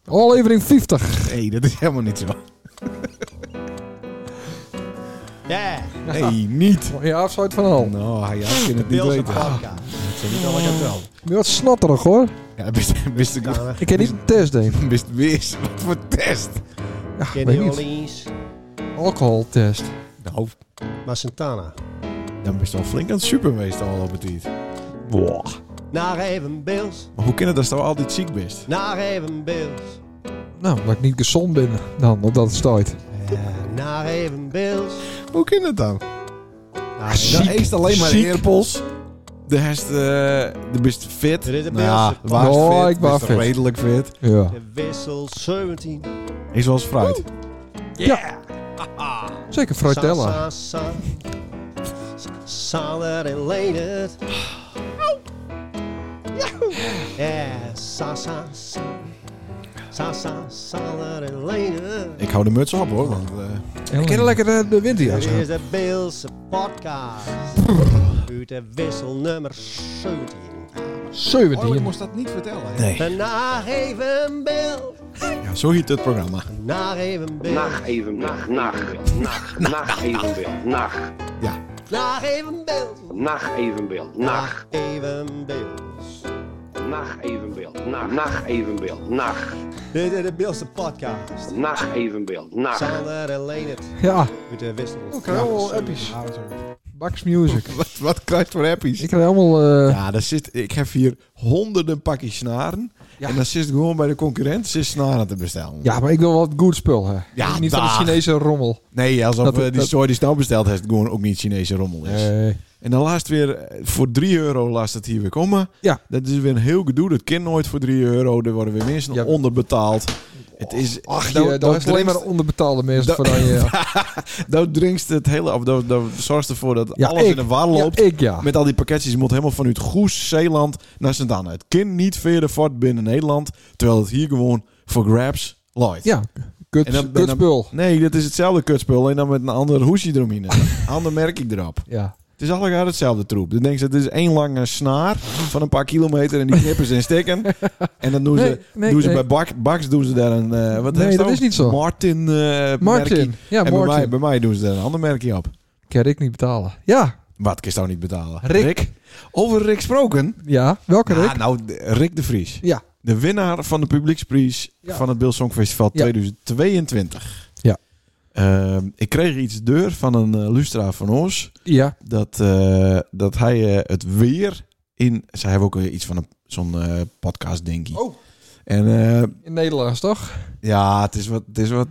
Aflevering 50. Nee, dat is helemaal niet zo. Ja. Nee, niet. Je afsluit van al. Nou, ja, ik kan het niet Bills weten. podcast. Dat zou niet alle gaan tellen. Je wordt snotterig hoor. Ja, best ik Ik kan niet een test doen. best wees. Wat voor test? Ja, Kenny weet niet. Orleans. Alcoholtest. Nou, Maar Santana. dan ben je wel flink aan het super geweest al op het tijd. Wow. Naar even Bills. Maar hoe kan het dat je nou altijd ziek bent? Naar even Bills. Nou, dat ik niet gezond ben dan, omdat het staat. Naar even Bills. Hoe kan het dan? Naar Dan eet alleen maar Ziek. eerpols. De rest, de best fit. Dit is de Nou ja, Bills. waar Oh, fit? ik was Best fit. redelijk fit. Ja. De wissel 17. Is zoals fruit. Ja. Zeker Fruitella. Solid and lated. Ja, solid and lated. Ik hou de muts op hoor. Want, Ik ken lekker de winterjas. Dit is de Bills podcast. Uit de wissel nummer 17. 17. ik moest dat niet vertellen. Nee. Naar even Bills. Ja, zo heet het programma. Naar even Bills. Nacht even, nacht evenbeeld, nacht, Ja. Naar even Bills. nacht evenbeeld, nacht, Even Bills. nacht evenbeeld, nacht evenbeeld, nacht, Dit is de Bills podcast. nacht evenbeeld, nacht. Sander en Leonard. Ja. Uit de wissel. Ik krijg allemaal appies. Bucks Music. Wat krijg je voor appies? Ik krijg allemaal... Ja, ik heb hier honderden pakjes snaren. Ja. En dan zit gewoon bij de concurrent snaren te bestellen. Ja, maar ik wil wat goed spul. Hè. Ja, niet van de dag. Chinese rommel. Nee, alsof Dat- die soort die snel besteld heeft gewoon ook niet Chinese rommel is. Nee. En dan laat het weer voor €3 laat het hier weer komen. Ja. Dat is weer een heel gedoe. Dat kan nooit voor €3. Er worden weer mensen Ja. onderbetaald. Het is... Ach, dat dat is alleen maar onderbetaalde mensen voor dan je... Dat drinkst het hele... Of dat zorgt ervoor dat Ja, alles ik. in de war loopt. Ja, ik ja. Met al die pakketjes. Je moet helemaal vanuit Goes, Zeeland naar Sint-Anne. Het kan niet verder voort binnen Nederland. Terwijl het hier gewoon voor grabs light. Ja, En dan- kutspul. Nee, dat is hetzelfde kutspul. En dan met een ander hoesje eromheen. Een ander merk ik erop. Ja. Het is allemaal hetzelfde troep. Dan denk ze, het is één lange snaar van een paar kilometer. En die knippen ze in stikken. En dan doen ze, Nee, bij Bax doen ze daar een... wat Nee, heeft dat ook? is niet zo. Martin. Martin. Ja, En Martin. bij mij doen ze daar een ander merkje op. Kan ik niet betalen. Ja. Wat kun je nou niet betalen? Rick. Over Rick gesproken. Ja. Welke Rick? Ja, nou, Rick de Vries. Ja. De winnaar van de publieksprijs Ja. van het Bills Songfestival Ja. 2022. Ja. Ik kreeg iets deur van een luisteraar van ons. Ja. Dat hij het weer in... Zij hebben ook iets van zo'n podcast, denk ik. Oh. En In Nederlands, toch? ja, het is wat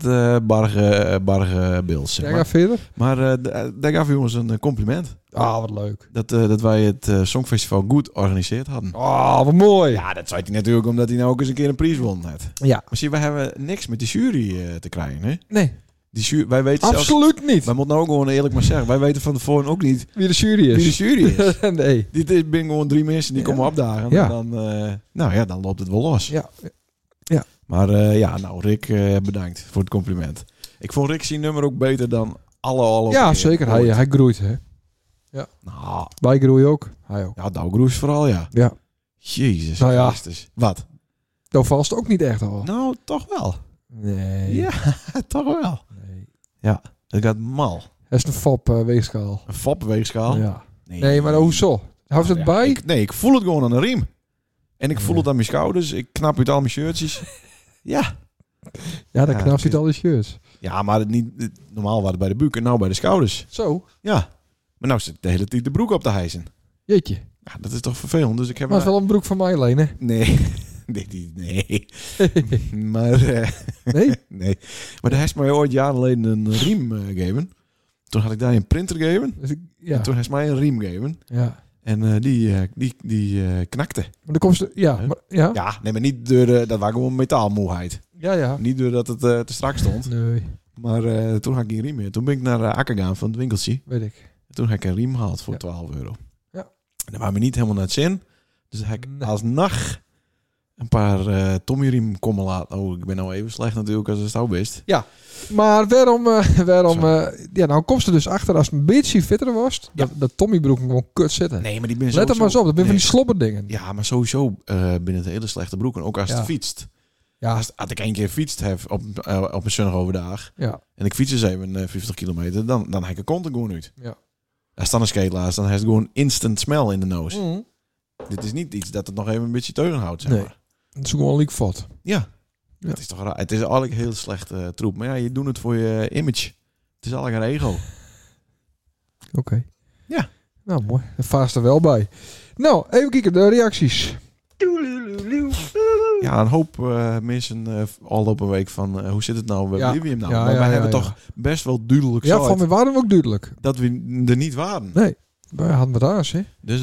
barge Bills. Zeg Ja, maar. ga verder. Maar daar gaf hij ons een compliment. Ah, wat leuk. Dat wij het Songfestival goed georganiseerd hadden. Ah, wat mooi. Ja, dat zei hij natuurlijk omdat hij nou ook eens een keer een prijs won net. Ja. Maar zie, wij hebben niks met de jury te krijgen, hè? Nee, Die jury, wij weten zelfs... absoluut niet. Wij moeten nou ook gewoon eerlijk maar zeggen. Wij weten van tevoren ook niet Wie de jury wie is. de jury is. Nee. Dit ben gewoon 3 mensen die Ja. komen opdagen. Ja. En dan, nou ja, dan loopt het wel los. Ja. Maar ja, nou Rick, bedankt voor het compliment. Ik vond Rick zijn nummer ook beter dan alle Ja, keer zeker. ooit. Hij groeit, hè. Nou, Wij groeien ook. Hij ook. ja, Douwgroes vooral, ja. Ja. Jezus Nou ja. Christus. Wat? Dat valt ook niet echt al. Nou, toch wel. Nee. Ja, toch wel. Nee. Ja, het gaat mal. Dat is een fop weegschaal. Een fopweegschaal. Ja. Nee, maar hoezo? Houdt het Ja, bij? ik voel het gewoon aan de riem. En ik voel Ja. het aan mijn schouders. Ik knap uit al mijn shirtjes. Ja. Ja, dan Ja, knapt het hij al die shirts. Ja, maar normaal waren het bij de buik en nou bij de schouders. Zo. Ja. Maar nou zit de hele tijd de broek op te hijsen. Jeetje. Ja, dat is toch vervelend. Dus ik heb... Maar het is wel een broek van mij alleen, hè? Nee. Nee. Maar... Nee? nee. Maar daar heeft mij ooit jaren geleden een riem gegeven. Toen had ik daar een printer gegeven. Dus ja. En toen heeft mij een riem gegeven. Ja. En die knakte. Maar dan komt ze... Ja. Huh? Maar, ja. Ja, nee, maar niet door... dat was gewoon metaalmoeheid. Ja, ja. Niet doordat het te strak stond. Nee. Maar toen had ik een riem meer. Toen ben ik naar Akker gegaan van het winkeltje. Weet ik. Toen heb ik een riem gehaald voor Ja. €12. Ja. En dat was me niet helemaal naar het zin. Dus heb ik Nee. als nacht een paar Tommy-riem komen laten. Oh, ik ben nou even slecht natuurlijk als het zo best. Maar waarom... Zo. ja, nou komt ze dus achter als het een beetje fitter was. Ja. Dat Tommy broek gewoon kut zitten. Nee, maar die ben Let er maar eens op. Dat ben van die slobberdingen. Ja, maar sowieso binnen het hele slechte broeken. Ook als Ja. het fietst. Ja, Als ik 1 keer fietst heb op een zonnig overdag ja. en ik fiets eens even 50 kilometer, dan heb ik een kont er gewoon uit. Ja. Als dan een skatelaars, dan heeft het gewoon instant smell in de neus. Mm. Dit is niet iets dat het nog even een beetje teugenhoudt, zeg Nee. maar. Het is gewoon leakfot. Ja. Ja. Het is toch raar. Het is eigenlijk heel slecht troep. Maar ja, je doet het voor je image. Het is eigenlijk een ego. Oké. Ja. Nou, mooi. Dat vaast er wel bij. Nou, even kijken. De reacties. Ja, een hoop mensen al op een week van hoe zit het nou? Waar Ja. blijven we hem nou? Ja, maar ja, wij ja, hebben ja. toch best wel duidelijk Ja, gezegd van mij waren we ook duidelijk. dat we er niet waren. Nee. Wij hadden het aans, hè? Dus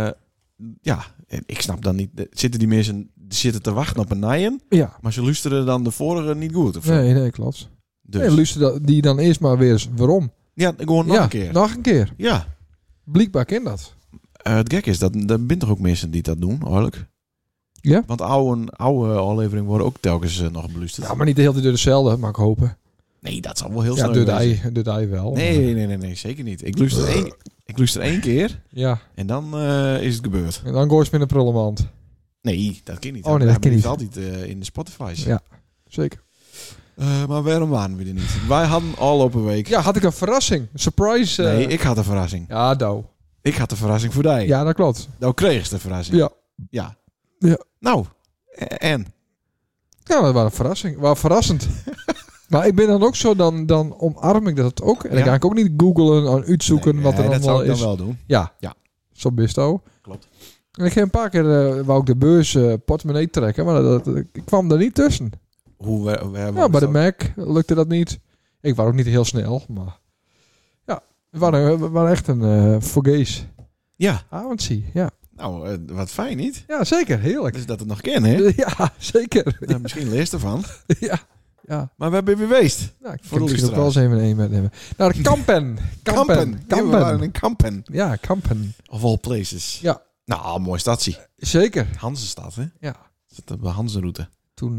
ja, en ik snap dan niet. Zitten die mensen te wachten op een naaien, Ja. maar ze luisteren dan de vorige niet goed? Of zo? Nee, klopt. Dus Nee, luister die dan eerst maar weer eens waarom. ja, gewoon nog ja, een keer. nog een keer. Ja. Blijkbaar ken dat. Het gek is, dat bent toch ook mensen die dat doen, eigenlijk? Ja? Want oude afleveringen worden ook telkens nog beluisterd. Ja, maar niet de hele tijd door dezelfde, maar ik hopen. Nee, dat zal wel heel Ja, snel door de wezen. ei, door de ei wel. Nee, zeker niet. Ik luister één keer Ja, en dan is het gebeurd. en dan gooi je met een prullenmand. Nee, dat kan niet. Oh, nee, We dat kan hebben niet. het altijd in de Spotify's. Ja, zeker. Maar waarom waren we er niet? Wij hadden al op een week. Ja, had ik een verrassing. Een surprise. Nee, ik had een verrassing. Ja, nou. Ik had een verrassing voor jou. Ja, dat klopt. Nou kreeg je de verrassing. Ja. Ja. Ja. Nou, en? Ja, dat was een verrassing. Was verrassend. Maar ik ben dan ook zo, dan omarm ik dat ook. En dan Ja. ga ik ook niet googlen en uitzoeken Nee, wat er dat allemaal zou ik is. dan wel doen. Ja. Ja. Zo best ook. Klopt. En ik ging een paar keer wou ik de beurs portemonnee trekken, maar ik kwam er niet tussen. Ja, bij de Mac lukte dat niet. Ik was ook niet heel snel, maar ja, we waren echt een forgees Ja. avondje. Ja. Nou, wat fijn niet? Ja, zeker. Heerlijk. Dus dat het nog ken, hè? Ja, zeker. Nou, misschien leest ervan. Ja. Ja. Maar we hebben weer geweest. Nou, ik Voor kan de misschien ook wel eens even een metnemen. Naar de Kampen. Kampen. Ja, we waren in Kampen. Ja, Kampen. Of all places. Ja. Nou, mooi stadje. Zeker. Hansenstad, hè? Ja. Zit op de Hansenroute.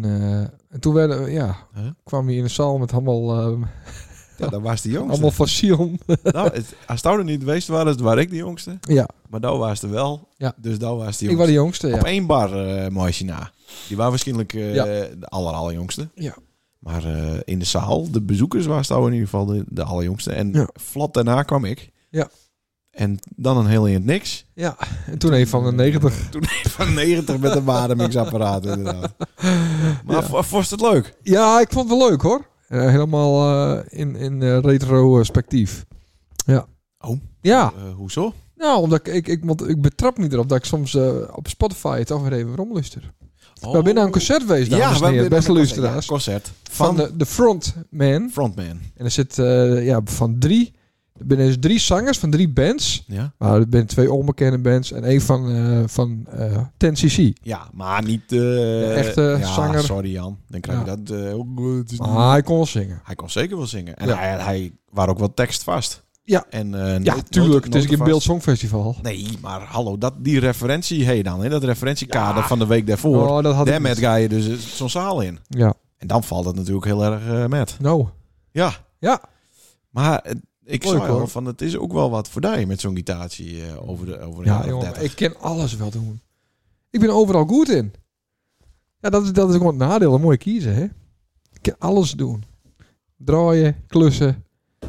Toen werden we, Huh? kwam je in de zaal met allemaal, Ja, daar was de jongste. allemaal fossielen. Nou, als Touw er niet geweest waren ik de jongste. Ja, Maar daar was er wel. Ja. Dus daar was de ik jongste. was de jongste, Op ja. 1 bar, meisje na. Die waren waarschijnlijk Ja. de allerjongste. Ja. Maar in de zaal, de bezoekers, was Touw in ieder geval de allerjongste. En Ja. vlak daarna kwam ik. Ja. En dan een heel in het niks. Ja, en toen een van de 90. Toen van 90 met een bademixapparaat inderdaad. Maar Ja. vond je het leuk? Ja, ik vond het wel leuk hoor. Helemaal in retrospectief. Ja. Oh. Ja. Hoezo? Nou, omdat ik betrap niet erop dat ik soms op Spotify toch weer even romluister. Oh. We zijn naar een concert geweest, dames en heren, beste luisteraars. Concert Van de frontman. Frontman. En er zit van 3. Er zijn dus 3 zangers van 3 bands. Ja. Maar er zijn 2 onbekende bands en 1 van 10cc. Ja, maar niet de echte zanger. Sorry Jan, dan krijg je Ja. dat. Het is niet- Maar hij kon wel zingen. Hij kon zeker wel zingen. En Ja. hij was ook wel tekstvast. Ja. En, Ja, tuurlijk. Het is een Beeld Songfestival. Nee, maar hallo, die referentie heet dan, hè? Dat referentiekader van de week daarvoor. Oh, dat had ik Daarmee niet. ga je dus zo'n zaal in. Ja. En dan valt het natuurlijk heel erg met. Nou. Ja. Ja. Maar ik Leuk, zei al hoor. van, het is ook wel wat voor jou met zo'n gitaartje over een Ja, jaar of jongen. 30. Ik kan alles wel doen. Ik ben overal goed in. Ja, dat is gewoon het nadeel. Een mooie kiezen, hè. Ik kan alles doen. Draaien, klussen.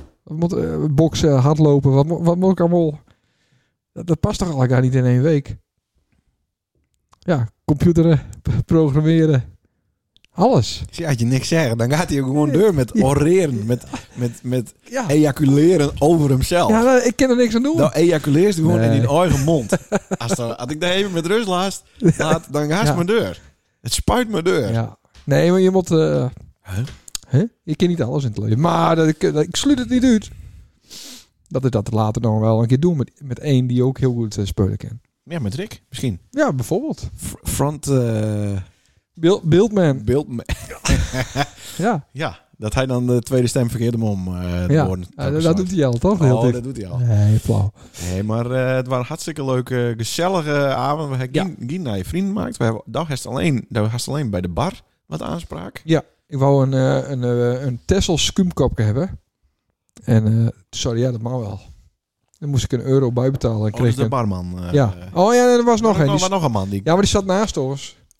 Boksen, hardlopen. Wat moet ik allemaal... Dat past toch allemaal niet in 1 week? Ja, computeren, programmeren. Alles. Zie, als je niks zegt, dan gaat hij ook gewoon door met oreren, met Ja, ejaculeren over hemzelf. ja ik kan er niks aan doen. Nou, ejaculeert hij gewoon Nee. in die eigen mond. Als ik daar even met rust laat, dan gaat het Ja. mijn deur. Het spuit mijn deur. Ja. Nee, maar je moet... Hè? Je kan niet alles in het leven. Maar ik sluit het niet uit. Dat ik dat later dan wel een keer doe met één die ook heel goed spelen kan. Ja, met Rick misschien. Ja, bijvoorbeeld. Front Beeldman. beeld. Ja, Ja, dat hij dan de tweede stem verkeerd hem om ja. worden. Dat doet hij al, toch? Heel Oh, dik. dat doet hij al. Nee, flauw. Nee, maar het waren hartstikke leuke, gezellige avonden. We hebben geen naar je vrienden gemaakt. We hebben daar hast alleen bij de bar wat aanspraak. Ik wou een Tessel skumkopje hebben. En sorry, ja, dat mag wel. Dan moest ik €1 bijbetalen. En Oh, dat kreeg is de ik barman. ja. Oh ja, er was nog een. Er was nog een man. Die... Ja, maar die zat naast ons.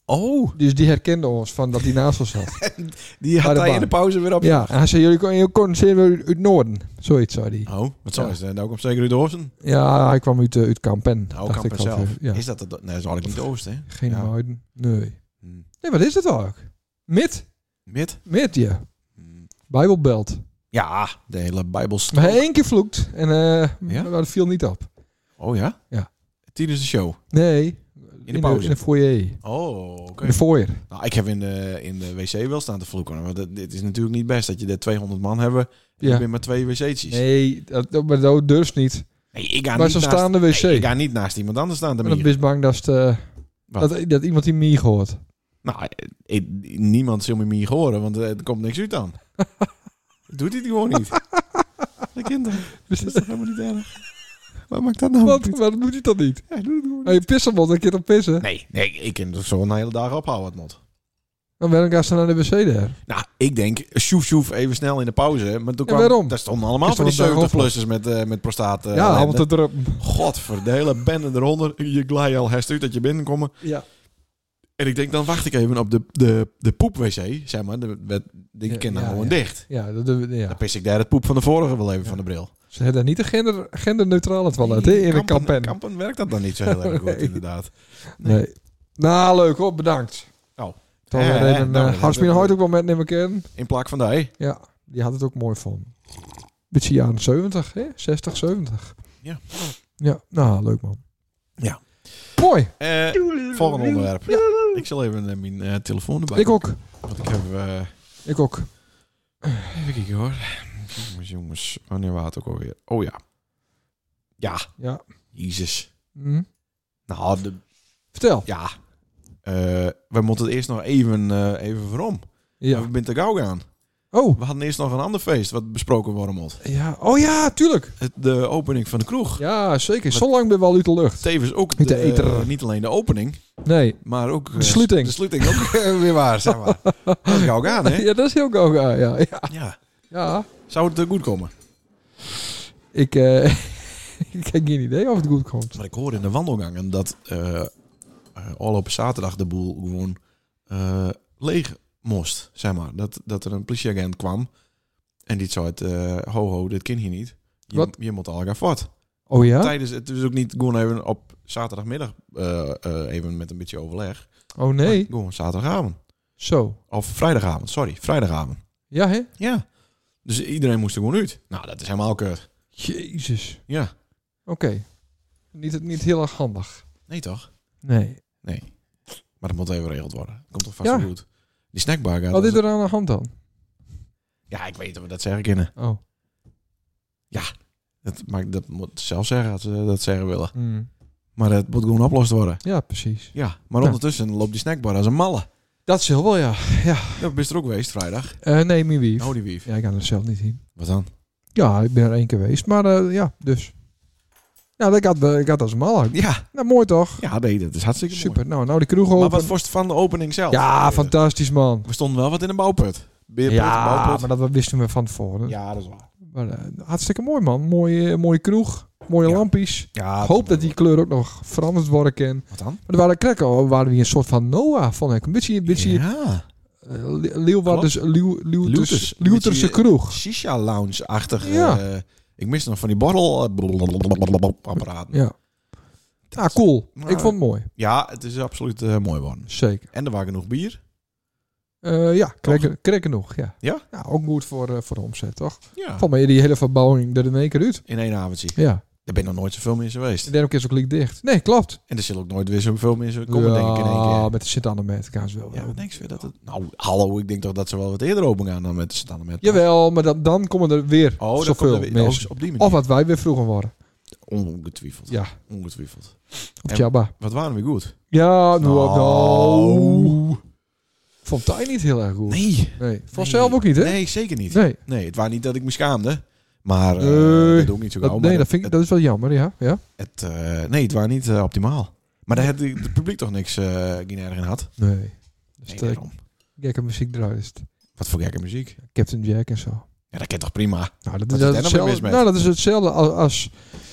Oh, Dus die herkende ons van dat hij naast ons zat. die had de hij in bar. de pauze weer op. Ja, en hij zei, jullie komen zeer uit het noorden. Zoiets zei hij. Oh, wat zo Ja. is het? Nou komt zeker uit Oosten. Ja, hij kwam uit Kampen. Nou, dacht Kampen ik zelf. altijd. Ja. Is dat het? Nee, dat is eigenlijk niet Oosten, hè? Geen Ja. Muiden. Nee. Hm. Nee, wat is het ook? Mid? Mit? Mid, ja. Hm. Bijbelbelt. Ja, de hele Bijbels. Maar hij één keer vloekt en Ja? maar dat viel niet op. Oh ja? Ja. Tijdens de show. Nee. In de pauze. In de foyer. Oh, oké. In de foyer. Nou, ik heb in de wc wel staan te vloeken. Want dit is natuurlijk niet best dat je er 200 man hebben. En Ja. je bent maar 2 wc'tjes. Nee, maar dat durft niet. Nee, ik ga Maar niet zo'n naast... staande wc. Nee, ik ga niet naast iemand anders staan te Maar dan mieren. ben je bang Wat? dat iemand die mij hoort. Nou, niemand zal met mij horen, want er komt niks uit dan. Doet hij het gewoon niet. De kinderen. Dus dat is toch helemaal niet erg. Wat maakt dat nou? Wat moet hij dan niet? Ja, doe het gewoon niet. Hij pissen moet een keer op pissen. Nee, ik kan het zo een hele dag ophouden, het mot. Dan ben ik naar de wc daar. Nou, ik denk, sjoef, even snel in de pauze. Maar toen Ja, kwam, waarom? daar stonden allemaal Is van die toch een dag 70-plussers met prostaat. Ja, allemaal te druppen. Godver, de hele bende eronder. Je glij al herst uit dat je binnenkomt. Ja. En ik denk, dan wacht ik even op de poep-wc, zeg maar. Die ken dan Ja, gewoon ja. dicht. Ja, ja. Dan pis ik daar het poep van de vorige wel even van de bril. Ze hebben niet een genderneutrale toilet hè, in een kampen. Kampen werkt dat dan niet zo heel erg goed, Nee. inderdaad. Nee. Nou, leuk hoor. Bedankt. Oh. Toch Ja, weer even nou, Harsmien Hout ook wel met nemen kennen. In plak van die. Ja, die had het ook mooi van. Beetje jaren 70, hè? 60, 70. Ja. Ja, nou, leuk man. Ja. Mooi. Volgende onderwerp. Ik zal even mijn telefoon erbij. Ik ook. Want ik heb... Ik ook. even kijken hoor. Jongens. Wanneer was het ook alweer? Oh ja. Ja. Ja. Jezus. Hm. Nou, Vertel. ja. We moeten het eerst nog even waarom. Ja. We zijn te gauw gaan. Oh. We hadden eerst nog een ander feest wat besproken worden moet. Ja. Oh ja, tuurlijk. De opening van de kroeg. Ja, zeker. Zo lang ben we al uit de lucht. Tevens ook Niet de eter. niet alleen de opening, Nee. maar ook De sluiting. De sluiting ook weer waar, zeg maar. Dat is gauw gaan, hè? Ja, dat is heel gauw. Ja. Ja. Ja. Ja. Zou het goed komen? Ik, ik heb geen idee of het goed komt. Maar ik hoorde in de wandelgangen dat al op zaterdag de boel gewoon leeg moest, zeg maar. Dat er een politieagent kwam en die zei het, ho, dit kan hier niet. Wat? Je moet al gaan voort. Oh ja? Tijdens, het is ook niet gewoon even op zaterdagmiddag even met een beetje overleg. Oh nee. Maar gewoon zaterdagavond. Zo. Of vrijdagavond, sorry. Vrijdagavond. Ja, hè? Ja. Dus iedereen moest er gewoon uit. Nou, dat is helemaal kut. Jezus. Ja. Oké. Niet heel erg handig. Nee, toch? Nee. Nee. Maar dat moet even geregeld worden. Komt toch vast Ja. wel goed. Die snackbar gaat... Wat is er aan de hand dan? Ja, ik weet dat we dat zeggen kunnen. Oh. Dat moet zelf zeggen als ze dat zeggen willen. Hmm. Maar het moet gewoon opgelost worden. Ja, precies. Ja. Maar Ja. ondertussen loopt die snackbar als een malle. Dat is heel wel, ja. Ja, ben je er ook geweest vrijdag? Nee, mijn wief. Oh, die wief. Ja, ik ga er zelf niet heen. Wat dan? Ja, ik ben er 1 keer geweest. Maar ja, dus. Ja, dat gaat als een mal uit. Ja. Nou, mooi toch? Ja, nee, dat is hartstikke Super. Nou, die kroeg mooi. Maar open. wat vond je van de opening zelf? Ja, fantastisch man. We stonden wel wat in een bouwput. Beerput, Ja, bouwput. maar dat wisten we van tevoren. Ja, dat is waar. Maar, hartstikke mooi man. Mooie kroeg. Mooie Ja. lampjes. Ja, Ik hoop dat die kleur ook nog veranderd worden kan. Wat dan? Maar er waren krekken, waren we een soort van Noah, vond ik. Een beetje Ja. Leeuwardense Beetje kroeg. Shisha lounge-achtig. Ja. Ik miste nog van die borrel apparaten. Ja. Ah, cool. Maar- Ik vond het mooi. Ja, het is absoluut mooi geworden. Zeker. En er waren genoeg bier. Ja, krekken nog. Ja. Ja? Ja, ook goed voor de omzet, toch? Ja. Vond mij die hele verbouwing er in 1 keer uit. In één avondje. Ja. Daar ben ik nog nooit zoveel mensen geweest. En daarom is ook liek dicht. Nee, klopt. En er zullen ook nooit weer zoveel mensen komen, denk ik, in één keer. met de Sint-Anne-met gaan ze wel. Ja, wat denk je dat het... Nou, hallo, ik denk toch dat ze wel wat eerder open gaan dan met de staan met. Jawel, maar dan komen er weer Oh, dan zoveel komt er weer mensen. op die manier. Of wat wij weer vroeger worden. Ongetwijfeld. Ja, Ongetwijfeld. op En- Jabba. Wat waren we goed? Ja, Nou. Vond hij niet heel erg goed. Nee. Nee. Vond zelf ook niet, hè? Nee, zeker niet. Nee. Nee, het was niet dat ik me schaamde. Maar Nee. dat doe ik niet zo gauw. Dat, maar nee, dat is wel jammer, ja. Ja? nee, het was niet optimaal. Maar daar had het publiek toch niks geen erg in had. Nee. Dus Nee, de daarom. gekke muziek eruit is het. Wat voor gekke muziek. Captain Jack en zo. Ja, dat kent toch prima. Nou, Wat is daar nog weer mis hetzelfde, met? nou, dat is hetzelfde als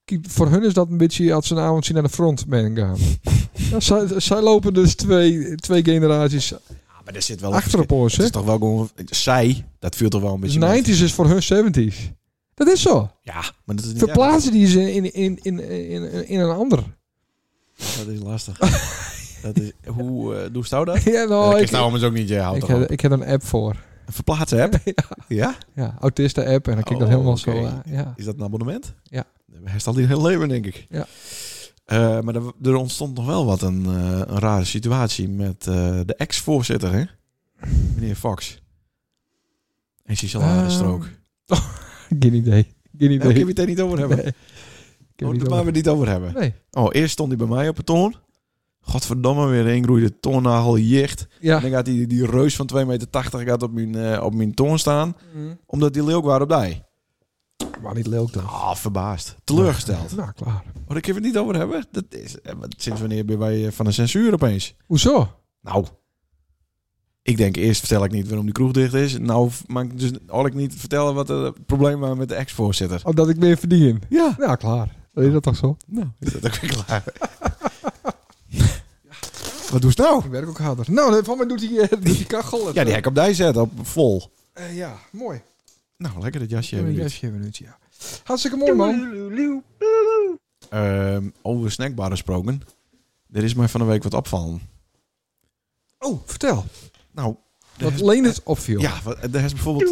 Kijk, voor hun is dat een beetje als ze een avondje naar de front ben gaan. Ja, zij lopen dus twee generaties Maar er zit wel achter op ons. Het is toch wel gewoon... Zij, dat viel toch wel een Dus beetje... 90's is voor hun 70's. Dat is zo. Ja, maar dat is niet Verplaatsen die ze in een ander. erg. Dat is lastig. Dat is, hoe doe je dat? Ja, nou, Ik nou ook niet, ik heb een app voor. Een verplaatsen app? Ja? Ja, autisten-app. En dan kijk ik dat helemaal oké. zo. Ja. Is dat een abonnement? Ja. Hij staat hier heel leven, denk ik. Ja. Maar er ontstond nog wel wat een rare situatie met de ex-voorzitter, hè? Meneer Fox. En zijn salarisstrook. Geen idee. Daar kun je het er niet over hebben. Nee. Daar gaan we het niet over hebben. Nee. Oh, eerst stond hij bij mij op het toon. Godverdomme, weer ingroeide toonnagel, jicht. Ja. En dan gaat die reus van 2,80 meter gaat op mijn toon staan. Omdat die leeuw waren op die. Maar niet leuk dan. Ah, verbaasd. Teleurgesteld. Nou, klaar. Oh, daar kunnen we het niet over hebben. Dat is, sinds wanneer ben wij van de censuur opeens? Hoezo? Nou, ik denk eerst vertel ik niet waarom die kroeg dicht is. Nou, mag ik dus al ik niet vertellen wat het probleem was met de ex-voorzitter. Oh, dat ik meer verdien. Ja. Ja, klaar. Dan is dat toch zo? Nou, is dat ook weer klaar. Wat doe je nou? Ik werk ook harder. Nou, van mij doet die kachel. Ja, die heb ik op die zet, op vol. Ja, mooi. Nou, lekker dat jasje Een hebben. jasje hebben we nu, ja. Hartstikke mooi, man. Over snackbar gesproken. Er is mij van de week wat opvallen. Oh, vertel. Nou, Wat Leendert opviel. ja, er is bijvoorbeeld...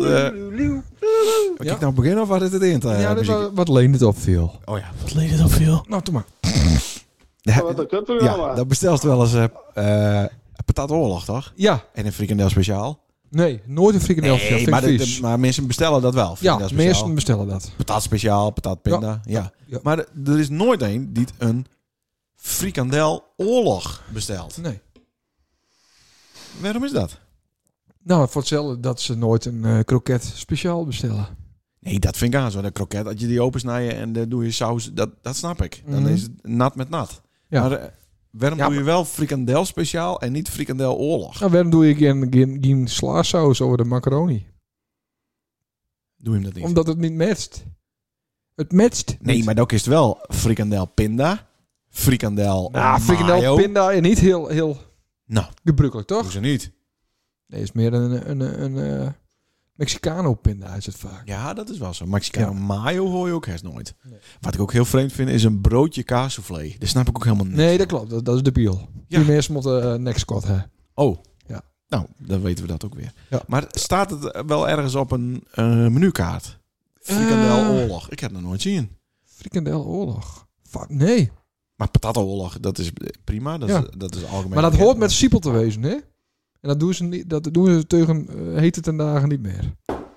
Kijk nou beginnen of wat is het eind? Ja, dat is wat Leendert opviel. Oh ja, wat Leendert opviel. Nou, doe maar. Wat een kutprogramma. Ja, dat bestelt wel eens patatoorlog, toch? Ja. En een frikandel speciaal. Nee, nooit een frikandel. Nee, vind maar, ik vies. maar mensen bestellen dat wel. Ja, Frikandel speciaal. meesten bestellen dat. Patat speciaal, patat pinda. Ja. Ja. Maar er is nooit een die een frikandel oorlog bestelt. Nee. Waarom is dat? Nou, voor hetzelfde dat ze nooit een kroket speciaal bestellen. Nee, dat vind ik aan zo. De kroket, als je die opensnijden en dan doe je saus, dat snap ik. Dan Mhm. is het nat met nat. Ja. Maar waarom Ja, doe je wel frikandel speciaal en niet frikandel oorlog? Nou, waarom doe je geen slaasaus over de macaroni? Doe je hem dat niet? Omdat het niet matcht. Het matcht Nee, niet. maar ook is het wel frikandel pinda, frikandel frikandel mayo. pinda en niet heel Nou, gebruikelijk, toch? doen ze niet. Nee, het is meer een Mexicano pinda is het vaak. Ja, dat is wel zo. Mexicano Ja. mayo hoor je ook herst nooit. Nee. Wat ik ook heel vreemd vind, is een broodje kaassoufflé. Daar snap ik ook helemaal niet. Nee, dat klopt. Dat is de biel. Ja. Die mensen moeten nekskot hebben. Oh. Ja. Nou, dan weten we dat ook weer. Ja. Maar staat het wel ergens op een menukaart? Frikandel oorlog. Ik heb het nog nooit zien. Frikandel oorlog. Fuck, nee. Maar patatoorlog, dat is prima. Dat, Ja. dat is algemeen. Maar dat bekend, hoort met siepel te wezen, hè? En dat doen ze niet. Dat doen ze tegen hete ten dagen niet meer.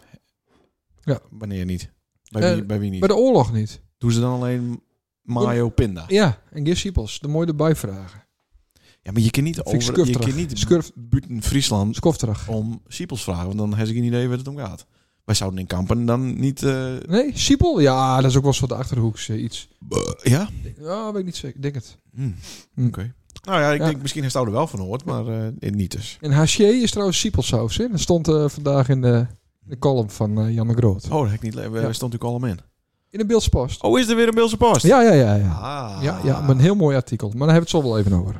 Wanneer niet? Bij wie, bij wie niet? Bij de oorlog niet. Doen ze dan alleen mayo pinda? Ja, en geen siepels. Dan moet je erbij vragen. Ja, maar je kan niet Vind ik over... Je skufterig. kan niet Skurf, buiten Friesland skofterig. om siepels vragen. Want dan heb ik geen idee waar het om gaat. Wij zouden in Kampen dan niet... Nee, siepel? Ja, dat is ook wel eens wat Achterhoeks iets. ja? Ja, weet ik niet zeker. Ik denk het. Oké. Hm. Nou ja, ik Ja. denk misschien heeft er wel van gehoord, maar niet dus. En haché is trouwens siepelsaus, hè? Dat stond vandaag in de column van Jan de Groot. Oh, dat heb ik niet... We Ja. stond natuurlijk allemaal in. In de Beeldspost. Oh, is er weer een Beelse post? Ja. Ah. Ja, maar een heel mooi artikel. Maar daar hebben we het zo wel even over.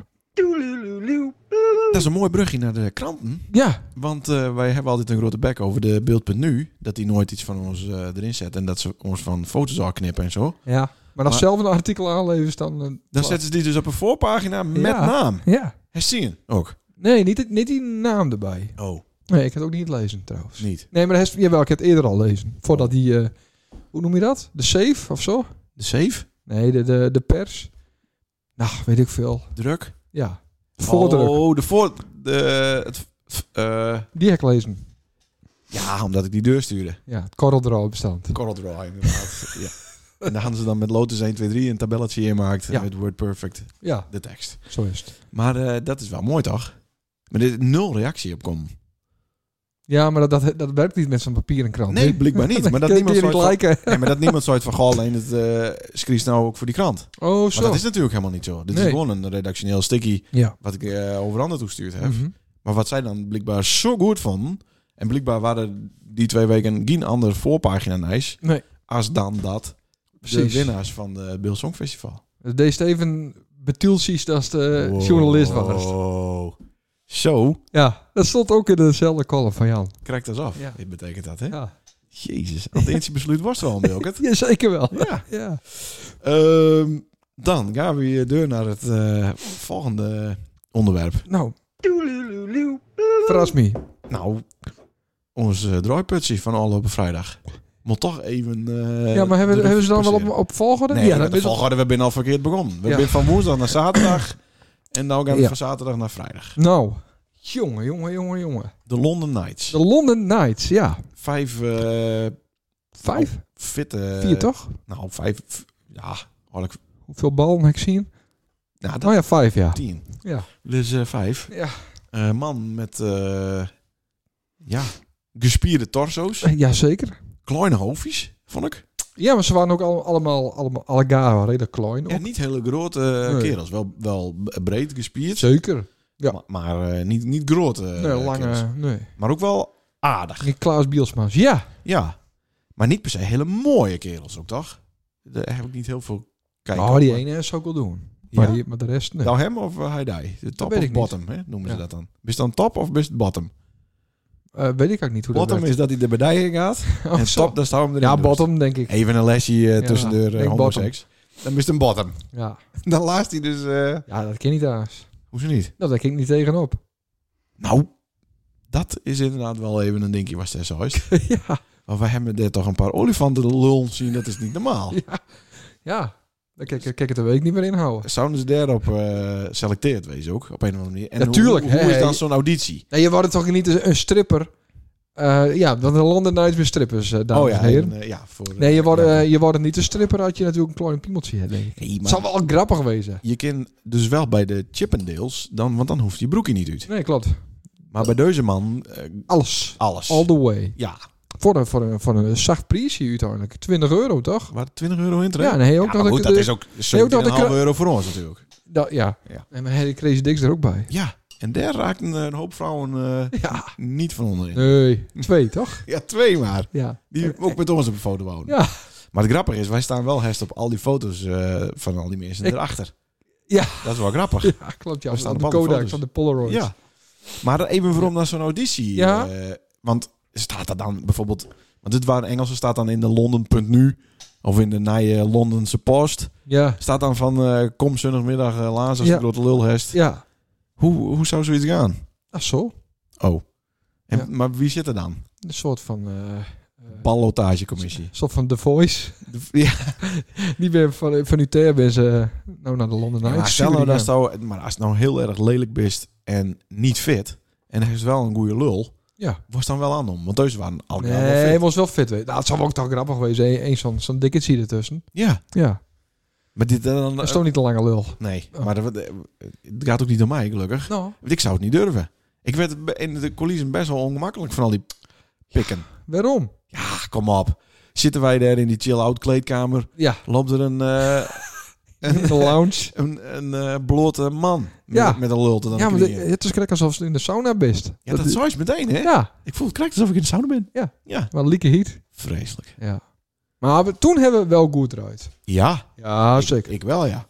Dat is een mooi brugje naar de kranten. Ja, Want wij hebben altijd een grote bek over de Beeld.nu. Dat die nooit iets van ons erin zet. En dat ze ons van foto's al knippen en zo. ja. Maar als Maar- zelf een artikel aanleveren, dan... Dan zetten ze die dus op een voorpagina met Ja. naam. Ja. Herzien ook. Nee, niet die naam erbij. Oh, Nee, ik heb het ook niet lezen trouwens. niet. Nee, maar jawel, ik heb het eerder al lezen. Voordat die... hoe noem je dat? De safe of zo? De safe? Nee, de pers. Nou, weet ik veel. Druk? Ja. Voordruk. Oh, Die heb ik lezen. ja, omdat ik die deur stuurde. Ja, het CorelDRAW bestand. CorelDRAW, inderdaad. Ja. En dan hadden ze dan met Lotus 1, 2, 3 een tabelletje gemaakt. Ja. Met WordPerfect, Ja, de tekst. zo is het. Maar dat is wel mooi, toch? Maar er is 0 reactie op komen. Ja, maar dat werkt niet met zo'n papieren krant. Nee, hè? blijkbaar niet. Maar dat Kun je niemand niet zoiets van, liken. nee, maar dat niemand zoiets van, goh, alleen het schreef nou ook voor die krant. Oh, Maar zo. dat is natuurlijk helemaal niet zo. Dit Nee. is gewoon een redactioneel sticky Ja. wat ik overal naartoe gestuurd heb. Mhm. Maar wat zij dan blijkbaar zo goed vonden, en blijkbaar waren die 2 weken geen andere voorpagina nice, Nee. als dan dat precies. de winnaars van het Beeld Songfestival. Deze Steven Betulsies, dat is de journalist was. Oh. Zo, Ja, dat stond ook in dezelfde column van Jan. krijg dat af. Ja. Dit betekent dat, hè? Ja, Jezus, aan het eerste besluit was er al een Bilkert. ja zeker wel. Ja. Ja. Dan gaan we deur naar het volgende onderwerp. Nou, verras me. Nou, ons draaiputsie van afgelopen vrijdag. Moet toch even... Ja, maar hebben ze dan wel op volgorde? Nee, Ja, met de is volgorde, we zijn al verkeerd begonnen. We Ja. zijn van woensdag naar zaterdag. En nou gaan we Ja. van zaterdag naar vrijdag. Nou, jongen. De London Knights. De London Knights, ja. 5 5? fitte... 4 toch? Nou, 5... Ja, eigenlijk... Hoeveel ballen heb ik zien? Nou, Oh ja, 5, ja. 10. Ja. Dus 5. Ja. Man met... gespierde torso's. Ja, zeker. Kleine hoofdjes, vond ik. Ja, maar ze waren ook allemaal allegaar, redelijk klein. Ja, ook. niet hele grote Nee. kerels. Wel breed gespierd. Zeker. Ja. Maar niet grote Nee, kerels. lange, nee. Maar ook wel aardig. Die Klaas Bielsma's, ja. Ja. Maar niet per se hele mooie kerels ook, toch? Daar heb ik niet heel veel kijken. Oh, die maar- ene zou ik wel doen. Ja? Maar de rest, nee. Nou hem of hij die? De top weet of ik niet. bottom, hè? Noemen ze Ja. dat dan. Is het dan top of is het bottom? Weet ik eigenlijk niet hoe dat Bottom werkt. is dat hij de bedijden gaat. Oh, en zo. top, dan staan we hem erin. Ja, doet. bottom, denk ik. Even een lesje tussen de denk homoseks. Dan is het een bottom. Ja. Dan laat hij dus... Ja, dat ken ik trouwens. Hoezo niet? Dat ken ik niet tegenop. Nou, dat is inderdaad wel even een dingetje was zo is. Ja. Maar wij hebben er toch een paar olifanten de lul zien. Dat is niet normaal. Ja. Daar kijk ik het de week niet meer inhouden. Zouden ze daarop selecteerd wezen ook? Op een of andere manier. En Natuurlijk, Hoe is hè. dan zo'n auditie? Nee, je wordt toch niet een stripper? Ja, want de London Knights weer strippers, dames en heren. Voor, Nee, je wordt niet een stripper als je natuurlijk een klein piemeltje hebt, denk ik. Nee, Het maar zal wel grappig wezen. je kan dus wel bij de Chippendales, want dan hoeft je broekje niet uit. Nee, klopt. Maar bij deze man, Alles. alles. All the way. Ja, Voor een zacht prijsje uiteindelijk. €20, toch? waar €20 in Ja, en hij ook maar nog goed, de- dat is ook ook nog de €17,5 voor ons natuurlijk. Ja. Ja. En maar hij Crazy Dicks er ook bij. Ja, en daar raakten een hoop vrouwen Ja. niet van onderin. Nee, 2, toch? Ja, 2 maar. Ja. Die ook met ons op een foto wouden. Ja. Maar het grappige is, wij staan wel herst op al die foto's van al die mensen erachter. Ja. Dat is wel grappig. Ja, klopt. Ja, We we staan staan op de alle Kodak, foto's. van de Polaroids. Ja. Maar even waarom naar zo'n auditie? Ja. Want staat er dan bijvoorbeeld... Want dit waren Engelse, staat dan in de London.nu of in de nije Londense Post. Ja. Staat dan van kom zondagmiddag laatst als Ja. de grote lulhest. Ja. Hoe zou zoiets gaan? Ach zo. Oh. En, Ja. Maar wie zit er dan? Een soort van... Ballotagecommissie. soort van The Voice. Ja, Die ben van UTR ben ze nou naar de London maar Knights. stel nou gegaan. dat zou, maar als het nou heel erg lelijk best en niet fit en hij is wel een goede lul, Ja. was dan wel aan om. Want deze waren al Nee, hij was wel fit. Nou, het zou ook toch grappig wezen. Eén zo'n dikketje ertussen. Ja, Ja. maar dit dan... Dat is toch niet een lange lul. Nee, Oh. maar het gaat ook niet om mij, gelukkig. Nou, Want ik zou het niet durven. Ik werd in de coulissen best wel ongemakkelijk van al die pikken. waarom? Ja, kom op. Zitten wij daar in die chill-out kleedkamer, Ja. loopt er In de lounge. een blote man met, Ja. met een lult. Ja, maar het is gelijk alsof je in de sauna bent. Ja, dat zou je meteen, hè? Ja. Ik voel het correct alsof ik in de sauna ben. Ja. Ja. Maar lieke heat. Vreselijk. Ja. Maar toen hebben we wel goed eruit. Ja. Ja, zeker. Ik wel, ja.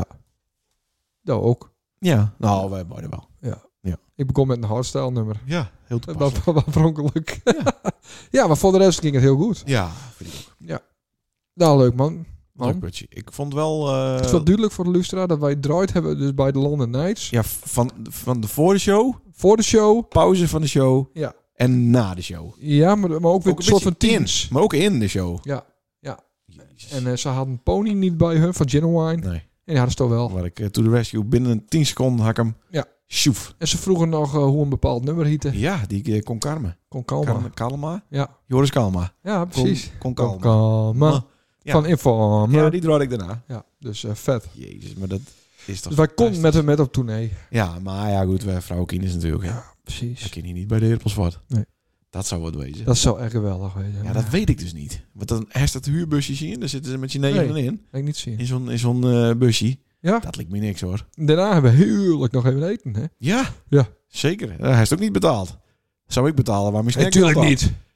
Dat ook. Ja. Nou, wij beide wel. Ik begon met een hardstyle nummer. Ja, heel toepasselijk. Wat oorspronkelijk. Ja. Ja, maar voor de rest ging het heel goed. Ja, vind ik ook. Nou, leuk man. Leuk putje. Ik vond wel... Het is wel duidelijk voor de luisteraar dat wij draait hebben dus bij de London Knights. ja, van de voor de show, Voor de show. pauze van de show Ja. en na de show. Ja, maar ook weer Ook een soort van beetje teams. maar ook in de show. Ja. Jezus. En ze hadden een pony niet bij hun van Genuine. Nee. En die hadden ze toch wel. Waar ik to the rescue binnen 10 seconden hak hem. Ja. Sjoef. En ze vroegen nog hoe een bepaald nummer hiette. Ja, die kon Carmen. Kon Kalma. Kalma. Ja. Joris Kalma. Ja, precies. Kon Kon Kalma. Kalma. Ja. Van Informe. Ja, Ja, die draaide ik daarna. dus vet. Jezus, maar dat is toch... Dus wij konden met fantastisch. hem met op tournee. Ja, maar ja goed, wij vrouwenkinders natuurlijk. Ja. Ja, precies. Dat kan je niet bij de Heerpelsport. Nee. Dat zou wat wezen. Dat zou echt geweldig wezen. Ja, dat weet ik dus niet. Want dan herst dat huurbusje zien, daar zitten ze met je negen Nee. in. Heb ik niet zien. In zo'n busje. Ja. Dat lijkt me niks hoor. Daarna hebben we heerlijk nog even eten, hè? Ja. Ja. Zeker. Hij is het ook niet betaald. Zou ik betalen, waar misschien Natuurlijk niet.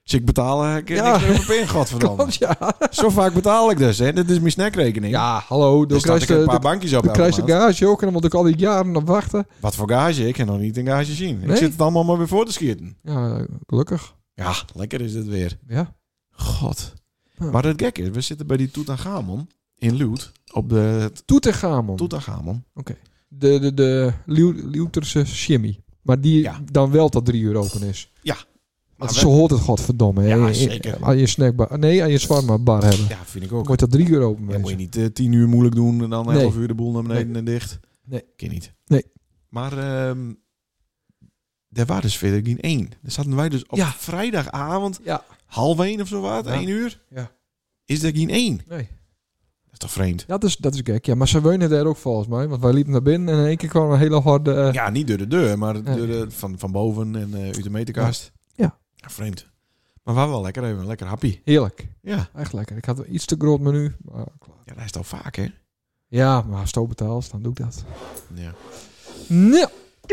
Als ik betaal, ik Ja. niks meer op in, godverdomme. Klopt, ja. Zo vaak betaal ik dus, hè. Dit is mijn snackrekening. Ja, hallo. Dan Dan krijg staat ik een paar je bankjes op dan elke krijg je maand. gage ook. En dan moet ik al die jaren op wachten. Wat voor gage? Ik heb nog niet een gage zien. Ik Nee? zit het allemaal maar weer voor te schieten. Ja, gelukkig. Ja, lekker is dit weer. Ja. God. Ja. Maar het gek is, we zitten bij die Tutankhamon in Luut. Op de Toetergamon. Tutankhamon. De Luterse shimmy. Maar die Ja. dan wel tot 3 uur open is. Ja. Want Maar zo hoort het godverdomme. hè. Ja, Je- zeker. Aan je snackbar. Nee, aan je zwarma bar hebben. Ja, vind ik Dan ook. moet dat 3 uur open Dan moet je wezen. niet 10 uur moeilijk doen en dan Nee. 11 uur de boel naar beneden en dicht. Nee. Ken niet. Nee. Maar er waren dus verder geen 1. Dan zaten wij dus op Ja. vrijdagavond, Ja. 12:30 of zo wat, Ja. 1 uur. Ja. Is er geen 1? Nee. Dat is toch vreemd? Ja, dat is gek. Ja, maar ze wonen daar ook volgens mij. Want wij liepen naar binnen en in één keer kwam een hele harde... Ja, niet door de deur, maar Nee. door de, van boven en uit de meterkast. Ja. Vreemd. Maar waar wel lekker even, een lekker happy. Heerlijk. Ja. Echt lekker. Ik had een iets te groot menu. Maar klaar. Ja, dat is het al vaak, hè? Ja, maar als het ook betaalt, dan doe ik dat. Ja. Nee.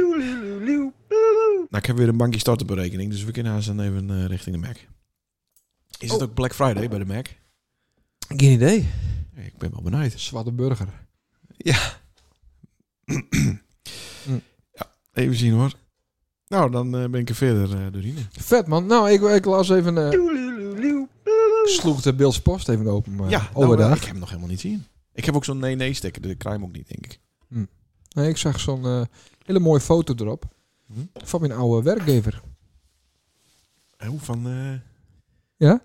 Nou, ik heb weer een bankje startberekening, dus we kunnen haast dan even richting de Mac. Is het ook Black Friday bij de Mac? Geen idee. Ja, ik ben wel benieuwd. Zwarte burger. Ja. Ja, even zien hoor. Nou, dan ben ik er verder doorheen. Vet man. Nou, ik las even... sloeg de Beeldse Post even open. Ja, overdag. nou, ik heb hem nog helemaal niet zien. Ik heb ook zo'n nee-nee-sticker, dus ik krijg hem ook niet, denk ik. Nee, ik zag zo'n hele mooie foto erop. Hm? Van mijn oude werkgever. Hoe van... Ja?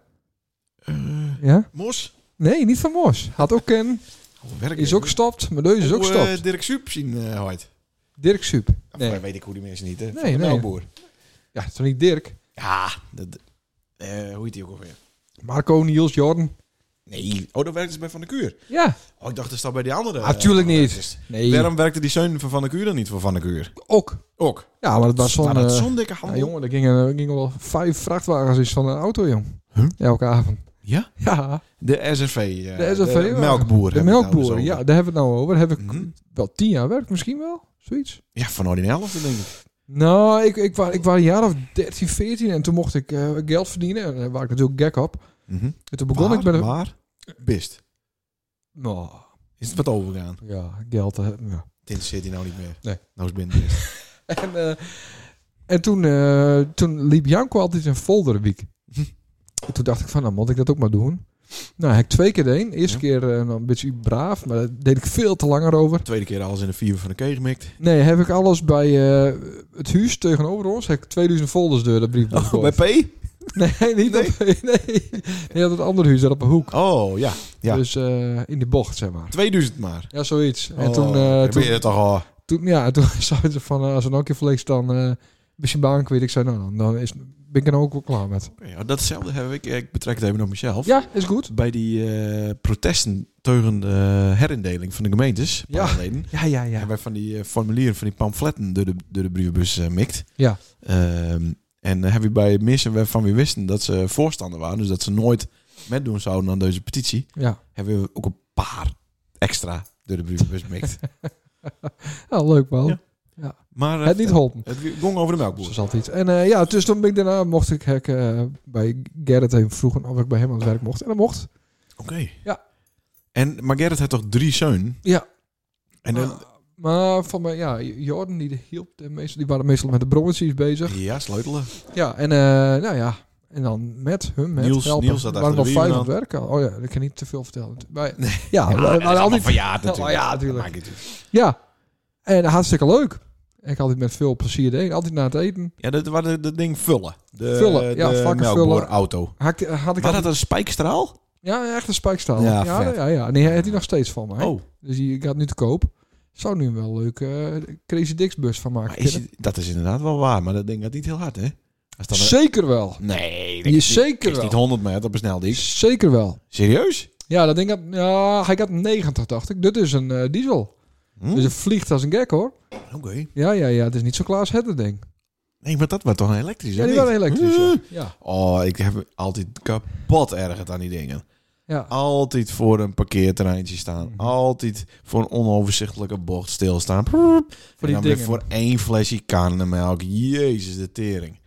Ja? Mos? Nee, niet van Mos. Had ook een... Werk Is ook gestopt. Maar deze is ook gestopt. Dirk Sup zien ooit. Dirk Sup. Nee. Nee. Weet ik hoe die mensen niet, hè? Nee, Van de nee. melkboer. Ja, het is toch niet Dirk? Ja, hoe heet die ook alweer? Marco, Niels, Jordan. Nee, dat werkt dus bij Van der Kuur. Ja. Oh, ik dacht dat staat bij die andere. Natuurlijk niet. werkers. Nee. Waarom werkte die zoon van der Kuur dan niet voor Van der Kuur? Ook. Ook. Ja, maar het was zo'n... Maar dat zo'n dikke handel. ja, jongen, er gingen wel 5 vrachtwagens is van een auto, jong. Huh? Elke avond. Ja? Ja. De SRV. De SRV. De melkboer. De hebben we het nou melkboer. dus Ja, over. daar hebben we het nou over. Daar heb ik Mhm. wel 10 jaar werk, misschien wel. Zoiets. Ja, van Ordin 11 denk ik. Nou, ik was een jaar of 13, 14 en toen mocht ik geld verdienen. En daar was ik natuurlijk gek op. En toen begon ik met een... Maar, best. Nou, Is het wat overgaan? ja, geld. Ja. Dit zit hij nou niet meer. Nee. Nou is binnen best. En toen liep Janko altijd een folderweek. En toen dacht ik van, nou moet ik dat ook maar doen. Nou, heb ik 2 keer heen. Eerste keer nog een beetje braaf, maar daar deed ik veel te langer over. Tweede keer alles in de 4 van de kee gemikt. Nee, heb ik alles bij het huis tegenover ons. Heb ik 2000 folders door de briefbus Oh, bij gegooid. P? Nee, niet Nee. op... Nee. Nee, dat het andere huis, dat op een hoek. Oh, ja. Ja. Dus in de bocht, zeg maar. 2000 maar. Ja, zoiets. En Oh, toen, dan ben je toch al... toen zeiden ze van, als er nog een keer vlees dan een beetje baan kwijt. Ik zei, nou, dan ben ik er nou ook wel klaar met. Ja, datzelfde heb ik. Ik betrek het even op mezelf. Ja, is goed. Bij die protesten tegen de herindeling van de gemeentes. een paar jaar geleden, Ja. hebben wij van die formulieren, van die pamfletten door de brievenbus mikt. Ja. En hebben we bij mensen waarvan we wisten dat ze voorstander waren, dus dat ze nooit meedoen zouden aan deze petitie, Ja. hebben we ook een paar extra door de brievenbus mikt. Ja, leuk man. Ja. Maar Het niet holpen. het ging over de melkboer. Zoals altijd. En dus toen ben ik daarna mocht ik bij Gerrit even vroegen of ik bij hem aan het werk mocht. En dat mocht. Oké. Ja. Maar Gerrit had toch 3 zoon? Ja. En dan, Maar van mij, ja, Jordan die hielp de meeste, die waren meestal met de brommetjes bezig. ja, sleutelen. Ja, en nou ja. En dan met Niels helpen. zat Er achter waren de nog 5 wielen aan het werken. Oh ja, dat kan niet te veel vertellen. Maar, ja, Ja, we dat is waren altijd... verjaard natuurlijk. Ja, natuurlijk. Maakt het niet. Ja. En hartstikke leuk. Ik altijd met veel plezier deed. Altijd na het eten. Ja, dat was het ding vullen. Vullen, ja, de vakken melkboorauto. Had ik Var dat een spijkstraal? Ja, echt een spijkstaal. Ja, ja, vet. ja. Nee, hij heeft hij nog steeds van mij. Oh, Dus die gaat nu te koop. Zou nu wel een leuke Crazy Dicks bus van maken. maar dat is inderdaad wel waar, maar dat ding gaat niet heel hard, hè? Als dan Zeker wel. Nee, Die is zeker is wel. niet 100 meter besneld ik. Zeker wel. Serieus? Ja, dat ding had, ja, hij gaat 90, dacht ik. Dit is een diesel. Dus het vliegt als een gek, hoor. Oké. Ja. Het is niet zo Klaas Hedder ding. Nee, maar dat was toch een elektrisch, Ja, hè? die niet? waren elektrisch, ja. Ja. Oh, ik heb altijd kapot ergerd aan die dingen. Ja. Altijd voor een parkeerterreintje staan. Mhm. Altijd voor een onoverzichtelijke bocht stilstaan. Voor En die dan weer dingen. voor 1 flesje kannenmelk. Jezus, de tering.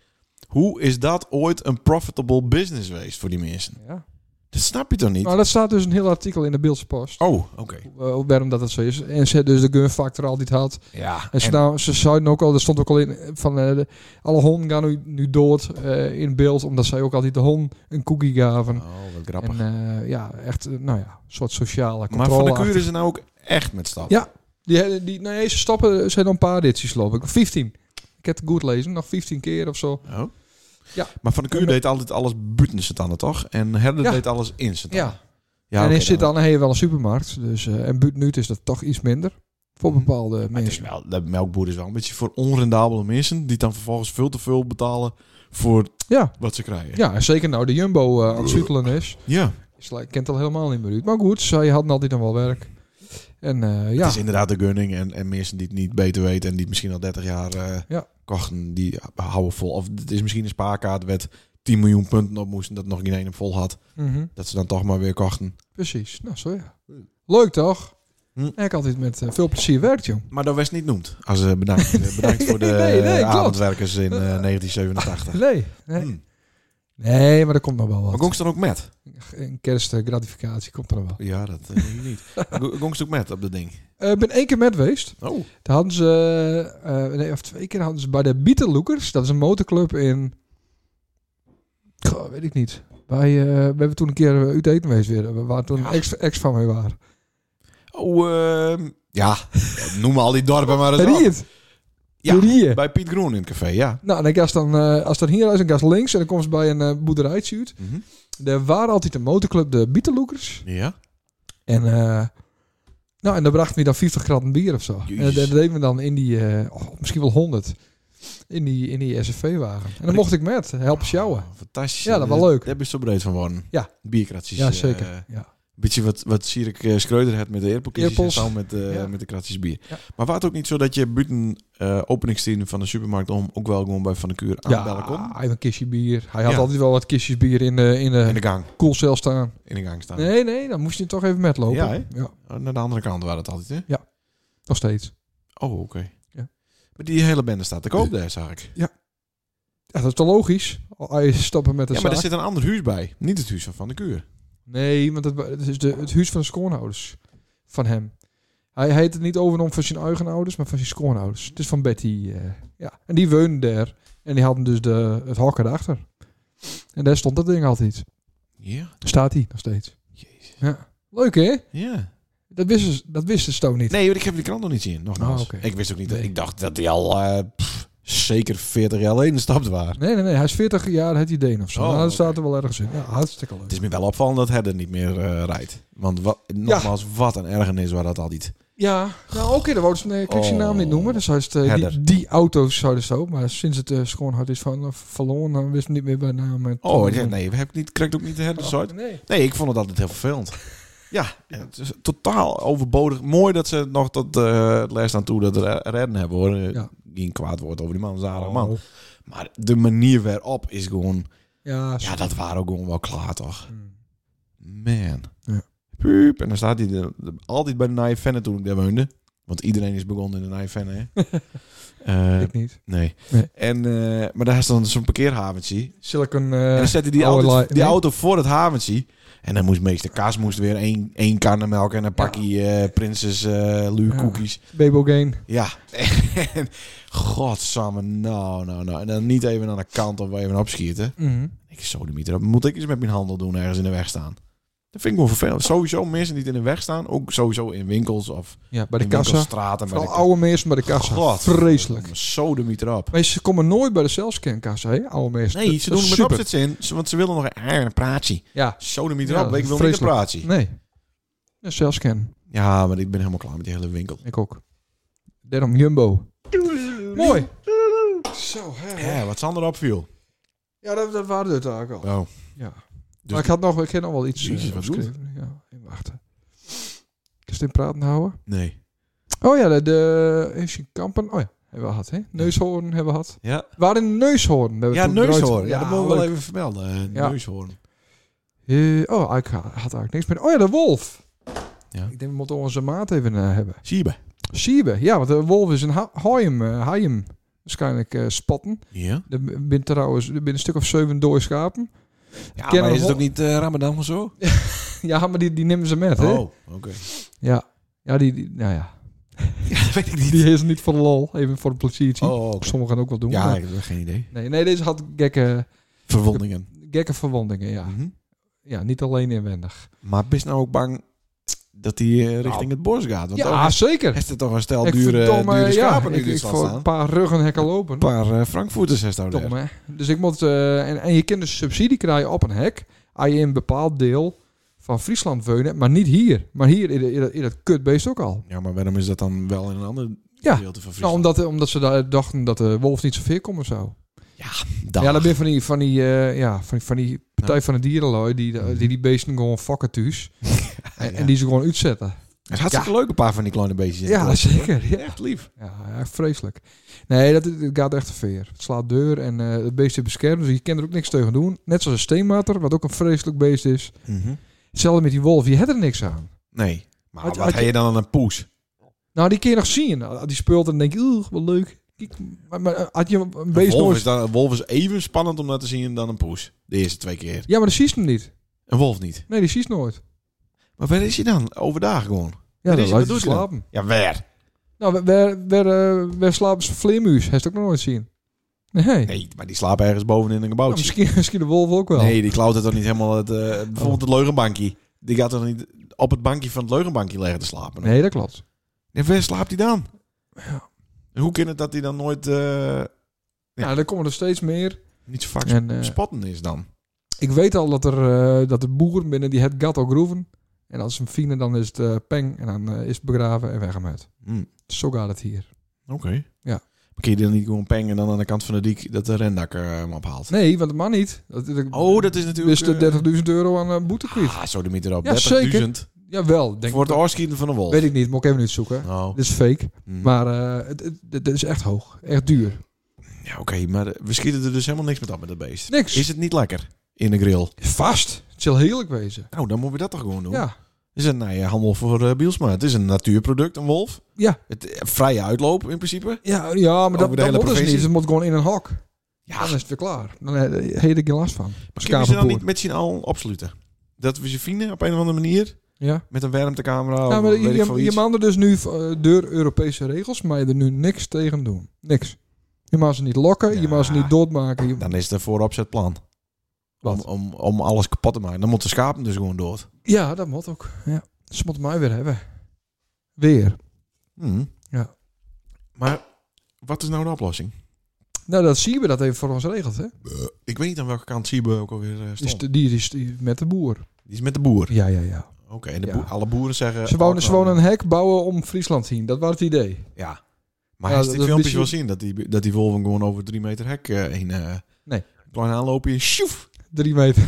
Hoe is dat ooit een profitable business geweest voor die mensen? Ja. Dat snap je toch niet? Nou, dat staat dus een heel artikel in de Beeldse Post. Oh, oké. Waarom dat het zo is. En ze dus de gun factor altijd had. Ja. En ze zeiden ook al, er stond ook al in van alle honden gaan nu dood in beeld, omdat zij ook altijd de hond een cookie gaven. Oh, wat grappig. En echt, een soort sociale Maar controle. Van de Kuur is er nou ook echt met stap. Ja. Nee, ze stoppen, zijn nog een paar edities geloof ik. 15. Ik heb het goed lezen, nog 15 keer of zo. Oh. Ja. Maar Van de Kuur deed altijd alles buiten zijn tanden, toch? En Herder Ja. deed alles in zijn tanden. Ja. Ja, En oké, er zit dan- dan wel een supermarkt. Dus, en buiten nu is dat toch iets minder. Voor bepaalde Maar het is mensen. wel, de melkboer is wel een beetje voor onrendabele mensen die dan vervolgens veel te veel betalen voor Ja. wat ze krijgen. Ja, en zeker nou de Jumbo aan het sukkelen is. Ja. Kent al helemaal niet meer uit. Maar goed, zij hadden altijd nog wel werk. En Het is inderdaad de gunning en mensen die het niet beter weten en die het misschien al 30 jaar Ja. kochten, die houden vol. Of het is misschien een spaarkaart met 10 miljoen punten op moesten dat nog geen ene vol had. Dat ze dan toch maar weer kochten. Precies. Nou, zo ja. Leuk toch? Hm. En ik altijd met veel plezier werkt, jong. Maar dat werd niet noemd. Als bedankt. Bedankt voor de Nee, klopt. avondwerkers in 1987. Nee. Nee, maar dat komt nog wel Maar wat. gongst dan ook met? Een kerstgratificatie komt er nog wel. Ja, dat weet ik niet. Gongst ook met op dat ding? Ik ben 1 keer met geweest. Oh. Daar hadden ze, of 2 keer hadden ze bij de Bietenloekers. Dat is een motorclub in... Goh, weet ik niet. We hebben toen een keer uit eten geweest weer. Waar toen ex van mij waren. Oh, ja. Noem al die dorpen maar eens op. Riet. Ja, Riet. bij Piet Groen in het café, ja. Nou, en dan als dan hier is, dan gas links en dan komt ze bij een boerderijtje uit. Er waren altijd een motorclub, de Bietenloekers. Ja. En en daar brachten we dan 50 graden bier of zo. En dat deden we dan in die, misschien wel 100. In die SFV-wagen. En dan mocht ik met, helpen sjouwen. Fantastisch. Ja, dat was leuk. Daar ben je zo breed van worden. Ja. Bierkratjes. Ja, zeker. Ja. Beetje wat Sierik Schreuder had met de eerpelkistjes en Eerpels. zo Ja. met de kratjes bier. Ja. Maar was het ook niet zo dat je buiten openingstijden van de supermarkt om ook wel gewoon bij Van de Kuur aanbellen kon? hij had een kistje bier. Hij had Ja. altijd wel wat kistjes bier in de In de gang. koelcel staan. In de gang staan. Nee, dan moest je toch even met lopen. Ja, hè? Ja, Naar de andere kant waren het altijd, hè? nog steeds. Oh, oké. Ja. Maar die hele bende staat te koop daar, zag ik. Ja, dat is toch logisch? Als je stoppen met de Ja, maar er zaak. zit een ander huis bij. Niet het huis van Van de Kuur. Nee, want het is het huis van de schoonouders. Van hem. Hij heet het niet overnom van zijn eigen ouders, maar van zijn schoonouders. Het is van Betty. Ja. En die woonden daar. En die hadden dus het hok erachter. En daar stond dat ding altijd. Ja. Staat hij nog steeds. Jezus. Ja. Leuk, hè? Ja. Dat wisten ze toch niet? Nee, want ik heb die krant nog niet zien. Nogmaals. Oh, oké. Ik wist ook niet. Nee. Ik dacht dat die al zeker 40 jaar geleden gestapt waren. Nee. Hij is 40 jaar het idee of zo. Oh, Nou, dat oké. staat er wel ergens in. Ja, hartstikke leuk. Het is me wel opvallend dat Herder niet meer rijdt. Want nogmaals, wat een ergernis waar dat altijd. Ja, nou oké, dan wou ze, nee, ik kan zijn naam niet noemen. Dus hij Herder. die auto's zouden zo. Maar sinds het schoonhart is van verloren, dan wist ik niet meer bij naam. Nee, krijgt ook niet de Herder soort. Nee. Nee, ik vond het altijd heel vervelend. Ja, het is totaal overbodig. Mooi dat ze nog tot het les aan toe dat redden hebben hoor. Ja. Geen kwaad woord over die man, zalig man. Maar de manier waarop is gewoon... Ja, Ja, dat waren ook gewoon wel klaar toch? Man. Ja. Puup. En dan staat hij altijd bij de Naaie Venne toen ik daar woonde. Want iedereen is begonnen in de Naaie Venne, hè? ik niet. Nee. Nee. En, maar daar is dan zo'n parkeerhaventje. Silicon. En dan zette hij die auto voor het haventje. En dan moest meester Kaas weer één karnemelk en een pakje Prinses Luur koekjes. Babogane. Ja. En godsamme, nou. En dan niet even aan de kant of even opschieten. Ik zo de mieter. Moet ik eens met mijn handel doen ergens in de weg staan? Dat vind ik wel vervelend. Sowieso mensen die in de weg staan. Ook sowieso in winkels of Ja, bij de in kassa. winkelstraten. Vooral oude mensen bij de kassa. God, Vreselijk. Zo de mieter op. Maar ze komen nooit bij de zelfscankassa, hè? Oude mensen. Nee, Dat- ze dat doen is het met super. opzet in. Want ze willen nog een praatje. Ja. Zo de mieter Ja, op. Ik wil niet een vreselijk. praatje. Nee. Ja, zelfscan. Ja, maar ik ben helemaal klaar met die hele winkel. Ik ook. Daarom Jumbo. Mooi. Zo, hè. Ja, wat Sander opviel. Ja, dat waren het eigenlijk al. Oh. Ja. Dus maar ik heb nog wel iets Jezus, wat geschreven. Ja, even wachten. Kun je het in praten houden? Nee. Oh ja, de Asian Kampen. Oh ja, hebben we gehad, hè? Neushoorn hebben we gehad. Ja, Waar in Neushoorn? hebben we ja toen neushoorn. eruit- Ja, dat moet ik wel leuk. even vermelden. Ja. Neushoorn. Ik had eigenlijk niks meer. Oh ja, de wolf. Ja. Ik denk, we moeten onze maat even hebben. Zie je bij. Siebe. Ja, want de wolf is een haiem. Waarschijnlijk spotten. Ja? Er zijn trouwens een stuk of 7 dode schapen. Ja, Kennen maar is we het ook niet Ramadan of zo? Ja, maar die nemen ze met, hè? Oh, oké. Ja. Ja, nou ja. Ja, dat weet ik niet. Die is niet voor de lol. Even voor de plezier. Oh, oké. Sommigen ook wel doen. Ja, maar- ik heb geen idee. Nee, deze had gekke verwondingen, ja. Mhm. Ja, niet alleen inwendig. Maar ben je nou ook bang dat hij richting het bos gaat? Want Ja, dan zeker. is er toch een stel Ik dure verdomme, schapen nu ik dit zal voor staan. een paar ruggenhekken lopen. Een paar Frankfurters is daar. Dom, hè? Dus ik moet... en je kunt dus subsidie krijgen op een hek als je in een bepaald deel van Friesland woont, maar niet hier. Maar hier in dat kutbeest ook al. Ja, maar waarom is dat dan wel in een ander Ja. gedeelte van Nou, Friesland? omdat ze daar dachten dat de wolf niet zo ver komt of zo. Dag. Ja, dat ben van die partij van de dierenlui die beesten gewoon fokken thuis. En die ze gewoon uitzetten. Het is hartstikke leuk, een paar van die kleine beestjes. Ja, Dat zeker. Ja. echt lief. Ja, echt vreselijk. Nee, het gaat echt te ver. Het slaat deur en het beest is beschermd, dus je kan er ook niks tegen doen. Net zoals een steenmater, wat ook een vreselijk beest is. Hetzelfde met die wolf, je hebt er niks aan. Nee. Maar Had- wat had heb je dan aan een poes? Nou, die kun je nog zien. Als die speelt en dan denk je, wat leuk. Kijk, maar had je een Een beest nooit... een wolf is even spannend om dat te zien dan een poes. De eerste 2 keer. Ja, maar die ziet hem niet. Een wolf niet. Nee, die ziet nooit. Maar waar is hij dan? Overdag gewoon. Ja, dan is- laat wat je doet hij dan? slapen. Ja, waar? Nou, waar slapen ze vleermuis? Heeft ook nog nooit zien. Nee. Nee, maar die slapen ergens bovenin een Nou, gebouwtje. misschien de wolf ook wel. Nee, die klauwt het toch niet helemaal het... bijvoorbeeld het leugenbankje. Die gaat toch niet op het bankje van het leugenbankje liggen te slapen? Nee, dat klopt. En waar slaapt hij dan? Ja. En hoe kan het dat hij dan nooit Ja, er komen er steeds meer. niet zo vaak En, spotten is dan? ik weet al dat de boer binnen die het gat al groeven. En als ze hem vinden, dan is het peng. En dan is het begraven en weg hem uit. Zo gaat het hier. Oké. Ja. Maar kun je dan niet gewoon pengen en dan aan de kant van de dik dat de rendak hem ophaalt? Nee, want dat mag niet. Oh, dat is natuurlijk... Dus de €30.000 aan boete kwijt. Ah, zo de meter op. Ja, 30.000 Jawel, denk voor ik. het oorschieten van een wolf. Weet ik niet, moet ik even niet zoeken. Oh. Dit is fake. Hm. Maar het is echt hoog. Echt duur. Ja, oké, maar we schieten er dus helemaal niks met op met dat beest. Niks. Is het niet lekker in de grill? Vast. Het zal heerlijk wezen. Nou, dan moeten we dat toch gewoon doen. Ja. Het is een handel voor Bielsma. Het is een natuurproduct, een wolf. Ja. Het vrije uitloop in principe. Ja, maar Over dat de hele moet dus provincie? niet. Het moet gewoon in een hok. Ja, Dan is het weer klaar. Dan heb je er geen last van. maar kunnen ze dan Schapenboer. niet met z'n allen opsluiten? Dat we ze vinden op een of andere manier. Ja. Met een warmtecamera Ja, of maar weet ik veel je iets. mag er dus nu door Europese regels, maar je er nu niks tegen doen. Niks. Je mag ze niet lokken, je Ja. mag ze niet doodmaken. Dan is het een vooropzetplan. Wat? Om alles kapot te maken. Dan moeten schapen dus gewoon dood. Ja, dat moet ook. Ja. Ze moeten mij weer hebben. Weer. Ja. Maar wat is nou de oplossing? Nou, dat zien we dat even voor ons regelt, hè? Ik weet niet aan welke kant Siebe ook alweer stond. Die is met de boer. Die is met de boer. Ja. Oké, en de Ja. alle boeren zeggen... Ze wonen een hek bouwen om Friesland heen. Dat was het idee. Ja. Maar Ja, hij is dat dit is filmpje wel misschien- zien? Dat die wolven gewoon over 3 meter hek heen... Nee. Klein aanloopje, sjoef. 3 meter.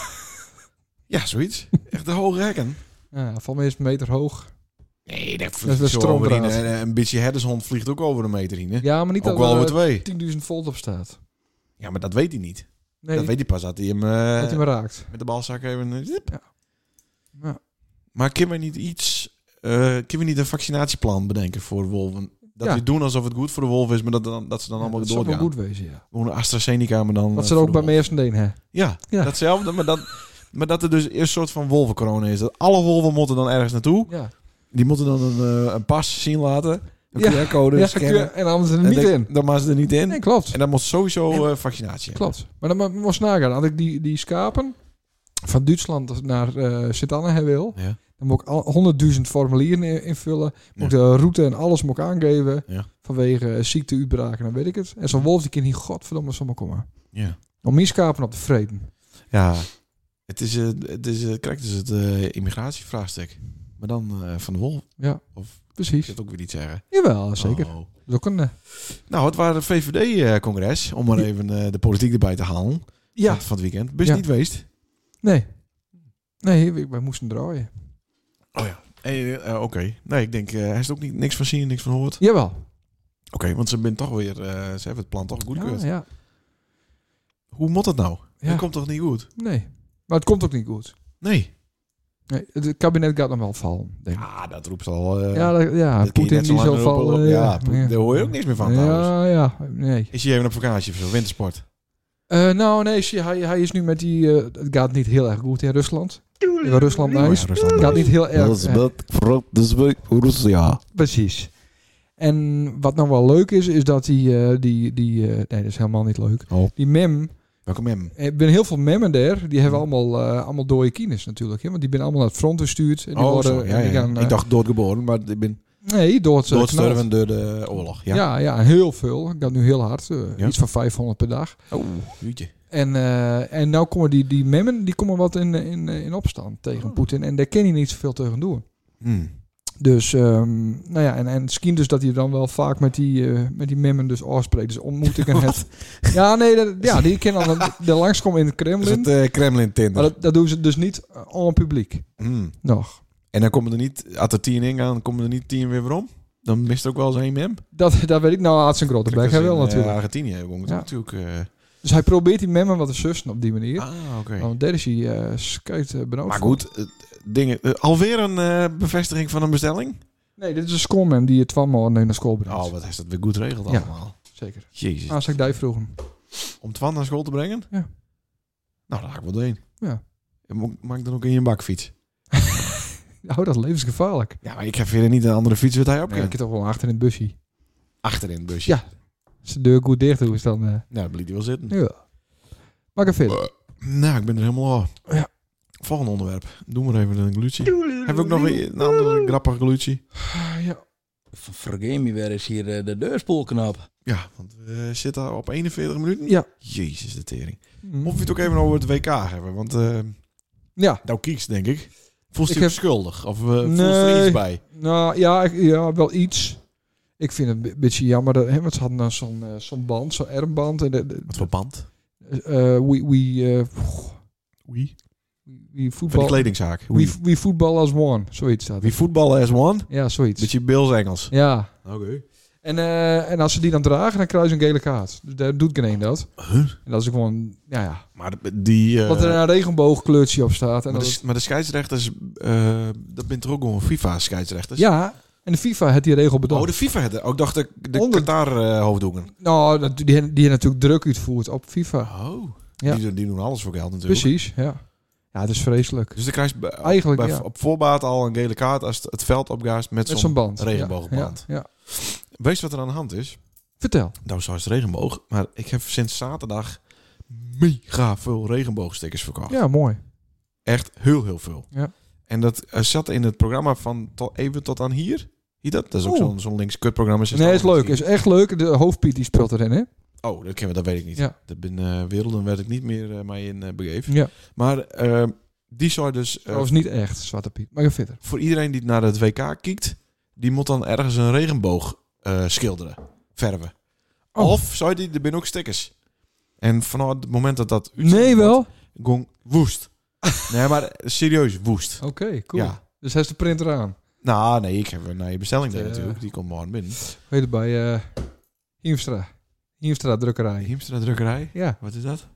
Ja, zoiets. Echt de hoge hekken. Ja, van mij is het een meter hoog. Nee, dat Dat vliegt is zo wel over stroomdraad. een beetje herdershond vliegt ook over een meter heen. Hè? Ja, maar niet ook dat wel over er 2. 10.000 volt op staat. Ja, maar dat weet hij niet. Nee, Dat weet hij pas dat hij hem dat hij me raakt. met de balzak even... zip. Ja. Maar kunnen we niet iets... kunnen we niet een vaccinatieplan bedenken voor wolven? Dat Ja. we doen alsof het goed voor de wolf is, maar dat ze dan allemaal dat zou wel doodgaan. goed wezen, ja. Gewoon een AstraZeneca, maar dan... Wat ze voor er ook de bij wolf. Meersen deden, hè? Ja, Ja. datzelfde, maar dat er dus een soort van wolvencorona is. Dat alle wolven moeten dan ergens naartoe. Ja. Die moeten dan een pas zien laten. Een Ja. QR-code Ja, scannen. en anders er En niet dan- in. Dan maken ze er niet in. Nee, klopt. En dan moet sowieso vaccinatie hebben. Klopt. Maar dan moest nagaan. Als ik die schapen van Duitsland naar Sint-Anne wil, Ja. dan moet ik al 100.000 formulieren invullen. Moet ik de route en alles moet ik aangeven. Ja. Vanwege ziekteuitbraken, dan weet ik het. En zo'n wolf die kan hier godverdomme zomaar komen. Ja. Om mijn schapen op te vreten. Ja. Het is kijk, dus het immigratievraagstuk. Maar dan van de wolf. Ja, Of precies. ik dat ook weer niet zeggen. Jawel, zeker. Oh. Dat is ook een... Nou, het waren een VVD-congres. Om maar even de politiek erbij te halen. ja, Van het weekend. Ben je Ja. niet geweest? nee. Nee, wij moesten draaien. Oh ja. Oké. Nee, ik denk, hij is er ook niks van zien, niks van hoort. Jawel. Oké, want ze zijn toch weer, ze hebben het plan toch goedgekeurd. Ja. Hoe moet dat nou? Ja. Dat komt toch niet goed? Nee. Maar het komt ook niet goed. Nee. Nee, het kabinet gaat nog wel vallen, denk ik. Ja, dat roept al... Ja, dat kun je Poetin net zo die lang zal roepen. vallen. Ja, daar hoor je ook niks meer van trouwens. Ja, nee. Is hij even op vakantie of zo? Wintersport? Nou, nee, hij is nu met die... het gaat niet heel erg goed in Rusland. In Rusland nice. Ja, Rusland Het gaat niet heel erg... ja. Precies. En wat nou wel leuk is dat nee, dat is helemaal niet leuk. Oh. Die mem... Welke mem? Er zijn heel veel memmen daar. Die hebben allemaal dode kines natuurlijk. Hè? Want die zijn allemaal naar het front gestuurd. En die Zo, ja, die ja. gaan, Ik dacht doodgeboren, maar ik ben nee, doodsterven door de oorlog. Ja. Ja, heel veel. Het gaat nu heel hard. Ja. Iets van 500 per dag. Oh, jeetje. En nou komen die memmen die komen wat in opstand tegen Poetin. En daar kan hij niet zoveel tegen doen. Dus, nou ja, en het schijnt dus dat hij dan wel vaak met die memmen dus afspreekt. Dus ontmoetingen het. Ja, nee, die kunnen dan er langskomen in het Kremlin. Is het Kremlin Tinder? Maar dat doen ze dus niet aan publiek. Nog. En dan komen er niet, als er 10 ingaan, komen er niet 10 weer weer om? Dan mist er ook wel eens één mem. Dat weet ik nou uit zijn grote bek. Hij wel natuurlijk. Argentinië hebben we natuurlijk... Dus hij probeert die memmen wat te sussen op die manier. Oké. Want daar is hij skate benauwd Maar voor. goed, alweer een bevestiging van een bestelling? Nee, dit is een schoolman die het 12 maanden naar school brengt. Oh, wat is dat weer goed geregeld Ja. allemaal. Zeker. Jezus. Als ik die vroegen. Om Twan naar school te brengen? Ja. Nou, daar ga ik wel doorheen. Ja. Maak dan ook in je bakfiets. Oh, dat is levensgevaarlijk. Ja, maar ik heb verder niet een andere fiets wat hij op Ja, ik heb toch wel achter in het busje. Achter in het busje. Ja. Als de deur goed dicht is, dan... Nou, dan blijft hij wel zitten. ja. Maak er verder. Nou, ik ben er helemaal af. Ja. Volgende onderwerp. Doe maar even een glutje. Hebben we ook nog een andere grappige glutje? Ja. Vergeet me weer eens hier de deurspoelknop. Ja, want we zitten op 41 minuten. Ja. Jezus, de tering. Of we het ook even over het WK hebben. Want Ja. nou kieks, denk ik. Voelt Ik je heb- schuldig? Of voelt Nee. er iets bij? Nou, ja, wel iets. Ik vind het een beetje jammer. Dat, want ze hadden nou zo'n band, zo'n armband. En Wat voor band? we Van voetbal... die kledingzaak. We football as one. Zoiets staat Wie er. voetballen as one? Ja, zoiets. Beetje Bills Engels. Ja. Oké. En als ze die dan dragen, dan krijgen ze een gele kaart. Dus daar doet geen een dat. Huh? En dat is gewoon, ja. Maar die... Dat er een regenboogkleurtje op staat. En maar, dat maar de scheidsrechters... dat bent toch ook gewoon FIFA-scheidsrechters? ja, en de FIFA heeft die regel bedacht. Oh, de FIFA had... Ook dacht ik de Onder- Qatar-hoofddoeken. Nou, die hebben natuurlijk druk uitvoerd op FIFA. Oh. Ja. Die doen alles voor geld natuurlijk. Precies, ja. Ja, het is vreselijk. Dus dan krijg je Eigenlijk, ja. op voorbaat al een gele kaart als het veld opgaat met Met zo'n zo'n band. regenboogband. Ja. Weet je wat er aan de hand is? Vertel. Nou, zo is het regenboog. Maar ik heb sinds zaterdag mega veel regenboogstickers verkocht. Ja, mooi. Echt heel veel. Ja. En dat zat in het programma van even tot aan hier. Hier dat is ook Oeh. zo'n links kutprogramma. Nee, is leuk. Is echt leuk. De hoofdpiet die speelt erin, hè? Oh, dat weet ik niet. Ja. Dat ben werelden werd ik niet meer mij in begeven. Ja. Maar die zou dus Dat was niet echt Zwarte Piet. Maar ga verder. voor iedereen die naar het WK kijkt, die moet dan ergens een regenboog schilderen, verven. Oh. Of zou die er binnen ook stickers. En vanaf het moment dat dat Nee, wel? Gong woest. Nee, maar serieus woest. Oké, cool. Ja. Dus hij is de printer aan. Nou, nee, ik heb naar je bestelling Ja. natuurlijk. Die komt morgen binnen. Weet je, bij Hiemstra. Hiemstra drukkerij. Hiemstra drukkerij. Ja. Wat is dat?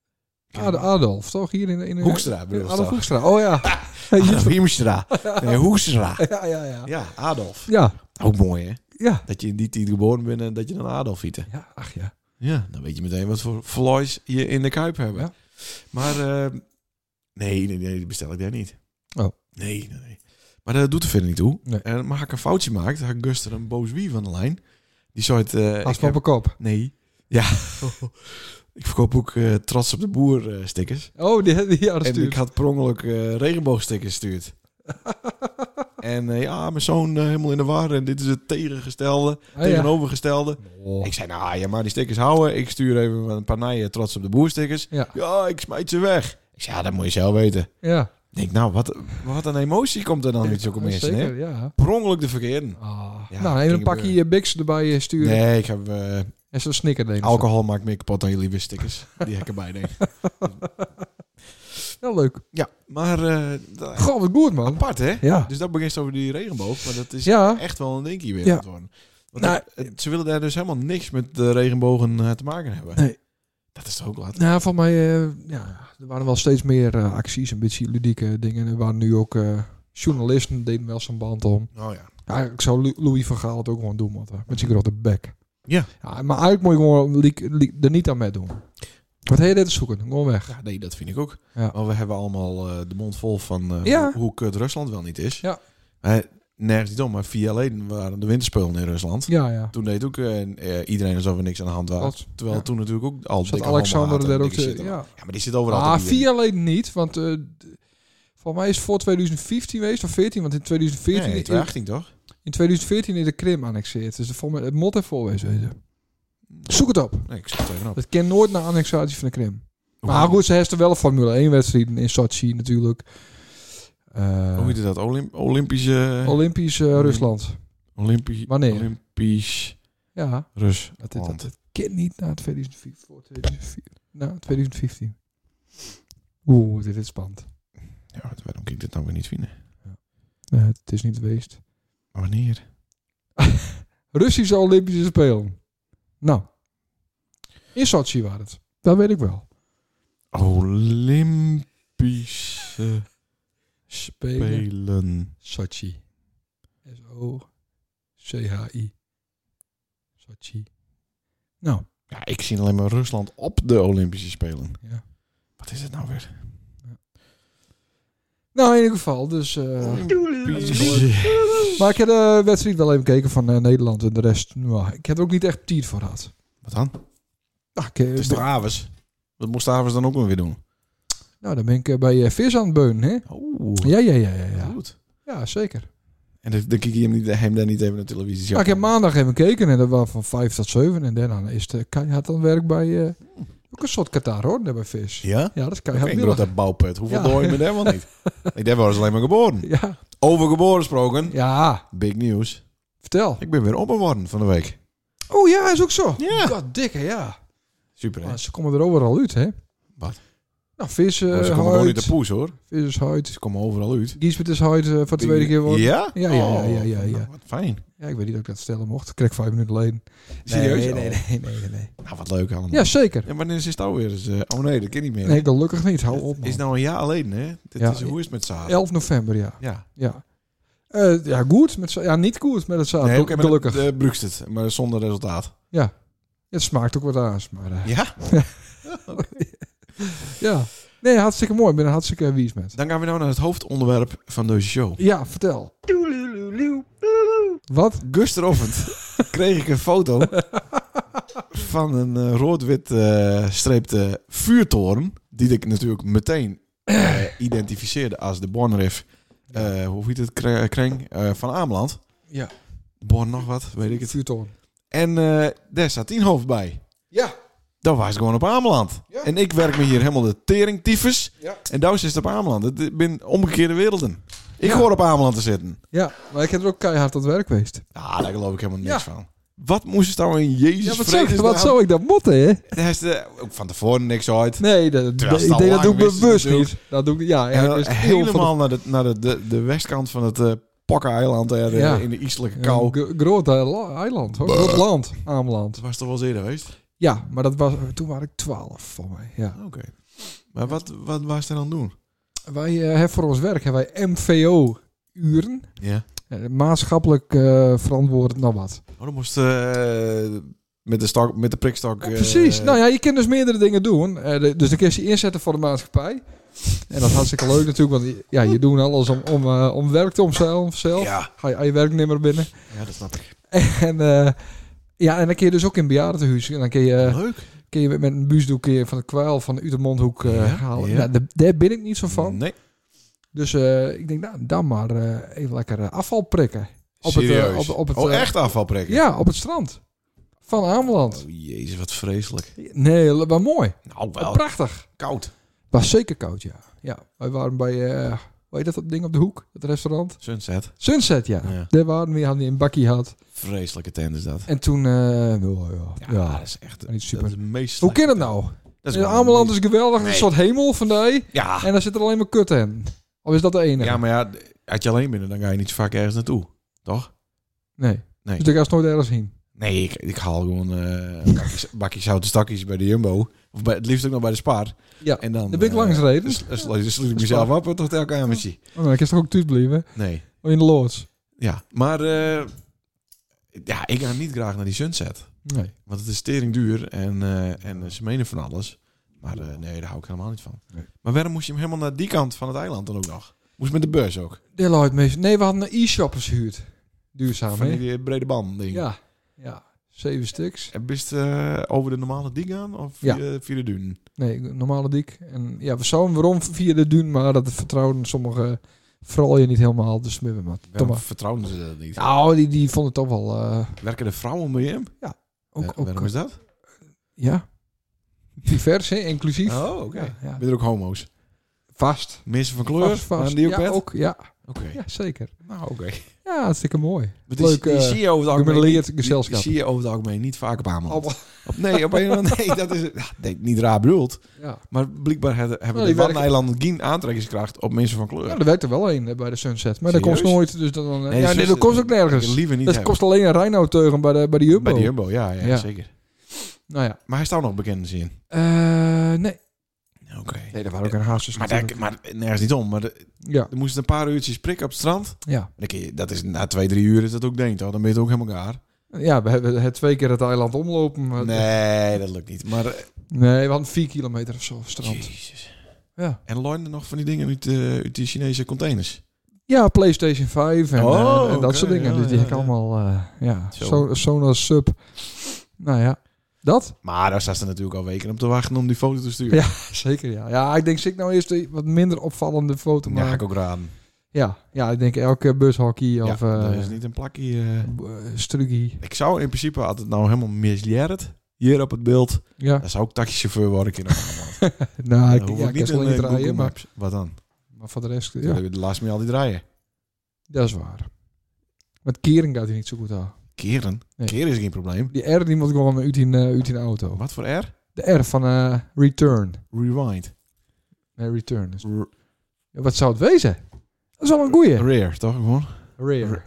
Adolf, toch? Hier in Hoekstra, bedoel je Adolf toch? Hoekstra. Oh ja. Adolf Hiemstra. Nee, Hoekstra. ja. Ja, Adolf. Ja. Ook mooi, hè? Ja. Dat je in die tijd geboren bent en dat je dan Adolf hiette. Ja, ach ja. Ja, dan weet je meteen wat voor vlees je in de kuip hebben. Ja. Maar nee, die bestel ik daar niet. Oh. Nee. Maar dat doet er verder niet toe. Nee. En maar ik een foutje maakt, dan ga ik Guster een boos wie van de lijn. Die zou het... Als op een kop. Nee. Ja. Ik verkoop ook Trots op de Boer stickers. Oh, die En ik stuurt. had per ongeluk regenboogstickers gestuurd. En mijn zoon helemaal in de war. En dit is het tegengestelde, tegenovergestelde. Oh. Ik zei, nou, ja, maar die stickers houden. Ik stuur even een paar nijen Trots op de Boer stickers. Ja. Ik smijt ze weg. Ik zei, ja, dat moet je zelf weten. Ja. Ik denk, nou, wat een emotie komt er dan uit zulke mensen, hè? Zeker, ja. Per ongeluk de verkeerde. Ja, Ja, even een ging pakje Bix erbij sturen. Nee, ik heb... En zo'n snicker alcohol maakt me kapot aan jullie stickers. Die heb ik erbij, denk ik. Ja, leuk. Ja, maar... Goh, wat goed, man. apart, hè? Ja. Dus dat begint over die regenboog. Maar dat is Ja. echt wel een dingetje weer Ja. aan het worden. Want Nou, ze willen daar dus helemaal niks met de regenbogen te maken hebben. Nee. Dat is toch ook wat? Nou, van mij, er waren wel steeds meer acties, een beetje ludieke dingen. Er waren nu ook journalisten, deden wel zijn band om. Oh ja. Ja, ik zou Louis van Gaal het ook gewoon doen, met zijn grote bek. Ja. Maar eigenlijk moet je gewoon er niet aan mee doen. Wat heb je dit te zoeken? Gewoon weg. Ja, nee, dat vind ik ook. Ja. Maar we hebben allemaal de mond vol van Ja. hoe kut Rusland wel niet is. Ja. Nergens niet om, maar 4 jaar geleden waren de winterspelen in Rusland. Ja. Toen deed ook iedereen alsof er niks aan de hand was. Klopt. Terwijl Ja. toen natuurlijk ook al Zat dikke Alexander homo-haat en er ook dingen te... zitten. Ja. Ja, maar die zit overal. te 4 jaar geleden niet, want voor mij is het voor 2015 geweest, of 14, want in 2014... Nee, 2018 toch? In 2014 is de Krim annexeerd. Dus het moet er voorwezen wezen. Zoek het op. Nee, ik zoek het even op. Het kent nooit naar annexatie van de Krim. Maar goed, ze hebben wel een Formule 1 wedstrijd in Sochi natuurlijk. Hoe heet dat? Olympische... Olympisch Rusland. Wanneer? Olympisch Ja. Rusland. Dat kent niet na 2015. Voor 2014. Na 2015. Oeh, dit is spannend. Ja, waarom kan ik dit nou weer niet vinden? Het is niet geweest. Wanneer? Russische Olympische Spelen. Nou. In Sochi waren het. Dat weet ik wel. Olympische Spelen. Sochi. S-O-C-H-I. Sochi. Nou. Ja, ik zie alleen maar Rusland op de Olympische Spelen. Ja. Wat is het nou weer? Nou, in ieder geval. Dus, Olympische... maar ik heb de wedstrijd wel even gekeken van Nederland en de rest. Nou, ik heb er ook niet echt tijd voor gehad. Wat dan? Nou, Het is toch Avers? Wat moest Avers dan ook weer doen? nou, dan ben ik bij Vis aan het beunen, hè? Oh, Ja. goed. Ja, zeker. En dan kijk je hem daar niet even naar televisie. Nou, ik heb maandag even gekeken en dat was van 5 tot 7. En daarna is het keihard dan werk bij... ook een soort Qatar, hoor, daar bij Vis. Ja? Ja, dat is Ik keihard vind billig. dat bouwput. Hoeveel Ja. dooien met hem wel niet? Ik daar was alleen maar geboren. Ja. Over geboren gesproken. Ja, Big news. vertel. Ik ben weer opgeworden van de week. Oh ja, is ook zo. Ja. God, dikke, ja. Super, hè? Maar ze komen er overal uit, hè? Wat? Nou, vis, ze komen gewoon niet huid, de poes, hoor. vis is huid. Ze komen overal uit. Giesbert is huid voor de tweede keer worden. Ja? Ja. Nou, wat fijn. Ja, ik weet niet of ik dat stellen mocht. Ik kreeg 5 minuten geleden. Serieus? Nee. Nou, wat leuk allemaal. Ja, zeker. En wanneer is het alweer? Dus, oh nee, dat kan niet meer. Nee, gelukkig niet. Hou op, Het man. is nou een jaar geleden, hè? Ja. Hoe is het met zaad? 11 november, ja. Ja. Ja, goed. Ja, niet goed met het zaad. Nee, oké, gelukkig. De Brugstedt, maar zonder resultaat. Ja. Het smaakt ook wat aans. Maar, Ja? ja. Nee, hartstikke mooi. Ik ben er hartstikke wies met. Dan gaan we nou naar het hoofdonderwerp van deze show. Ja, vertel. Wat? Gisterochtend kreeg ik een foto van een rood-wit streepte vuurtoren. Die ik natuurlijk meteen identificeerde als de Bornriff. Hoe heet het? Kreng van Ameland. Ja. Born nog wat, weet ik het. Vuurtoren. En daar staat 10 hoofd bij. Ja. Dat was gewoon op Ameland. Ja. En ik werk me hier helemaal de teringtyfus. Ja. En daar is het op Ameland. Het ben omgekeerde werelden. Ik Ja. hoor op Ameland te zitten. Ja, maar ik heb er ook keihard aan het werk geweest. Ah, daar geloof ik helemaal niks Ja. van. Wat moest het nou in Jezus Ja, wat vredesnaam? zou ik dat motten, hè? Daar is ook van tevoren niks uit. Nee, Terwijl ik het denk al dat doe ik lang wist bewust natuurlijk. niet. Dat doe ik, ja, En ik wist heel helemaal naar de westkant van het Pokka-eiland. Ja. In de Ijselijke veel- kou. Een groot eiland, hoor. Groot land, Ameland. Dat was toch wel eens eerder geweest? Ja, maar toen was ik 12, voor mij. Ja. Oké. Maar wat was er dan doen? Wij hebben voor ons werk hebben wij MVO-uren. Ja. Maatschappelijk verantwoord, nou wat. Oh, dan moest met de prikstok... Ja, precies. Nou ja, je kunt dus meerdere dingen doen. Dus dan kun je inzetten voor de maatschappij. En dat is hartstikke leuk natuurlijk, want ja, je doet alles om werk te omzelf. Ja. Ga je werknemer binnen. Ja, dat snap ik. En ja, en dan kun je dus ook in bejaardentehuis. En dan kun je Leuk. met een busdoek van de Kwijl van de Uitermondhoek halen. ja. Nou, daar ben ik niet zo van. Nee. Dus ik denk, nou, dan maar even lekker afval prikken. Serieus? Op het, echt afvalprikken? ja, op het strand. Van Ameland. Oh, jezus, wat vreselijk. Nee, maar mooi. Nou, wel Prachtig. koud. Was zeker koud, ja. Ja, wij waren bij, hoe heet dat ding op de hoek? Het restaurant? Sunset. Sunset, ja. Ja. Daar waren we, hadden een bakkie gehad. Vreselijke tent is dat. En toen, ja. dat is echt Niet super. dat is het meest Hoe kan het nou? Dat In gewoon Ameland het is geweldig, Nee. een soort hemel van die. Ja. En dan zit er alleen maar kut in. Of is dat de enige? Ja, maar ja, als je alleen bent, dan ga je niet zo vaak ergens naartoe. Toch? Nee. Nee. Dus daar ga je nooit ergens heen. Nee, ik haal gewoon bakjes zoute stakjes bij de Jumbo. Of het liefst ook nog bij de Spar. Ja, En dan daar ben ik langs gereden. Dus sluit ik mezelf op tot elke kamertje. Oh, dan kan je toch ook thuis blijven? Nee. Oh, in de loods? Ja, maar ik ga niet graag naar die Sunset. Nee. Want het is tering duur en ze menen van alles. Maar nee, daar hou ik helemaal niet van. Nee. Maar waarom moest je hem helemaal naar die kant van het eiland dan ook nog? Moest met de bus ook? Deloitte meestal. Nee, we hadden een e-shoppers gehuurd. Duurzaam, Van hè? die brede band ding. Ja. 7 stuks. En bist over de normale dik gaan of via de dunen? Nee, normale dik. En ja, we zouden waarom via de dun, maar dat vertrouwden sommige vooral je niet helemaal. Dus we maar. Waarom vertrouwden ze dat niet? Nou, die vonden het toch wel... Werken de vrouwen bij hem? ook, Waarom is dat? Ja. Divers, hè? Inclusief. Oh, oké. Ja. Ben je er ook homo's? Vast. Mensen van kleur? Vast. Aan die ook Ja, met? ook. Ja. Oké. Ja, zeker. Nou, oké. Ja, hartstikke mooi. Maar Leuk, die zie je over het algemeen gemêleerd niet- gezelschap. die zie je over het algemeen niet vaak op Ameland. Oh, Nee, op een of andere nee, dat is niet raar bedoeld. ja. Maar blijkbaar hebben die de werken- Waddeneilanden geen aantrekkingskracht op mensen van kleur. Ja, er werkt er wel een bij de Sunset. Maar dat kost Serieus? nooit. Dus dan, Nee, ja, dus- nee, dat kost ook Ik nergens. liever niet Dat hebben. kost alleen een Reinoud-teugen bij de Jumbo. Bij de Jumbo, ja, Ja. zeker. Nou ja. Maar hij staat nog bekend in. Nee. Oké. Nee, dat waren ook een haastjes. Maar nergens niet om. Maar Ja. er moesten een paar uurtjes prikken op het strand. Ja. Dan kun je, dat is na 2-3 uur is dat ook denk toch? Dan ben je het ook helemaal gaar. Ja, we hebben het 2 keer het eiland omlopen. Maar Nee, dat lukt niet. Maar nee, we hadden 4 kilometer of zo strand. Jezus. Ja. En looien nog van die dingen uit die Chinese containers. Ja, PlayStation 5 en, Oh, en dat oké, soort dingen. ja, dus die ja, heb ik ja. allemaal, Zo. Sonos Sub. Nou ja, dat? Maar daar staat ze natuurlijk al weken op te wachten om die foto te sturen. Ja, zeker ja. Ja, ik denk, ik nou eerst een wat minder opvallende foto Ja, ga ik maken. ook raden. Ja, ik denk elke bushockey of dat is niet een plakje. strugie. Ik zou in principe, als het nou helemaal misleerd hier op het beeld, Ja, dan zou ik taxichauffeur worden in Nederland. nou, ik hoef kan niet wel in niet Google draaien, maar Maps. Wat dan? voor de rest, Ja. ja, Laat me al die draaien. dat is waar. Met kering gaat hij niet zo goed aan. Keren? Nee. Keren is geen probleem. Die R die moet gewoon uit in de auto. Wat voor R? De R van return. Rewind. Nee, return. Ja, wat zou het wezen? Dat is wel een goeie. Rear, toch gewoon? Rear.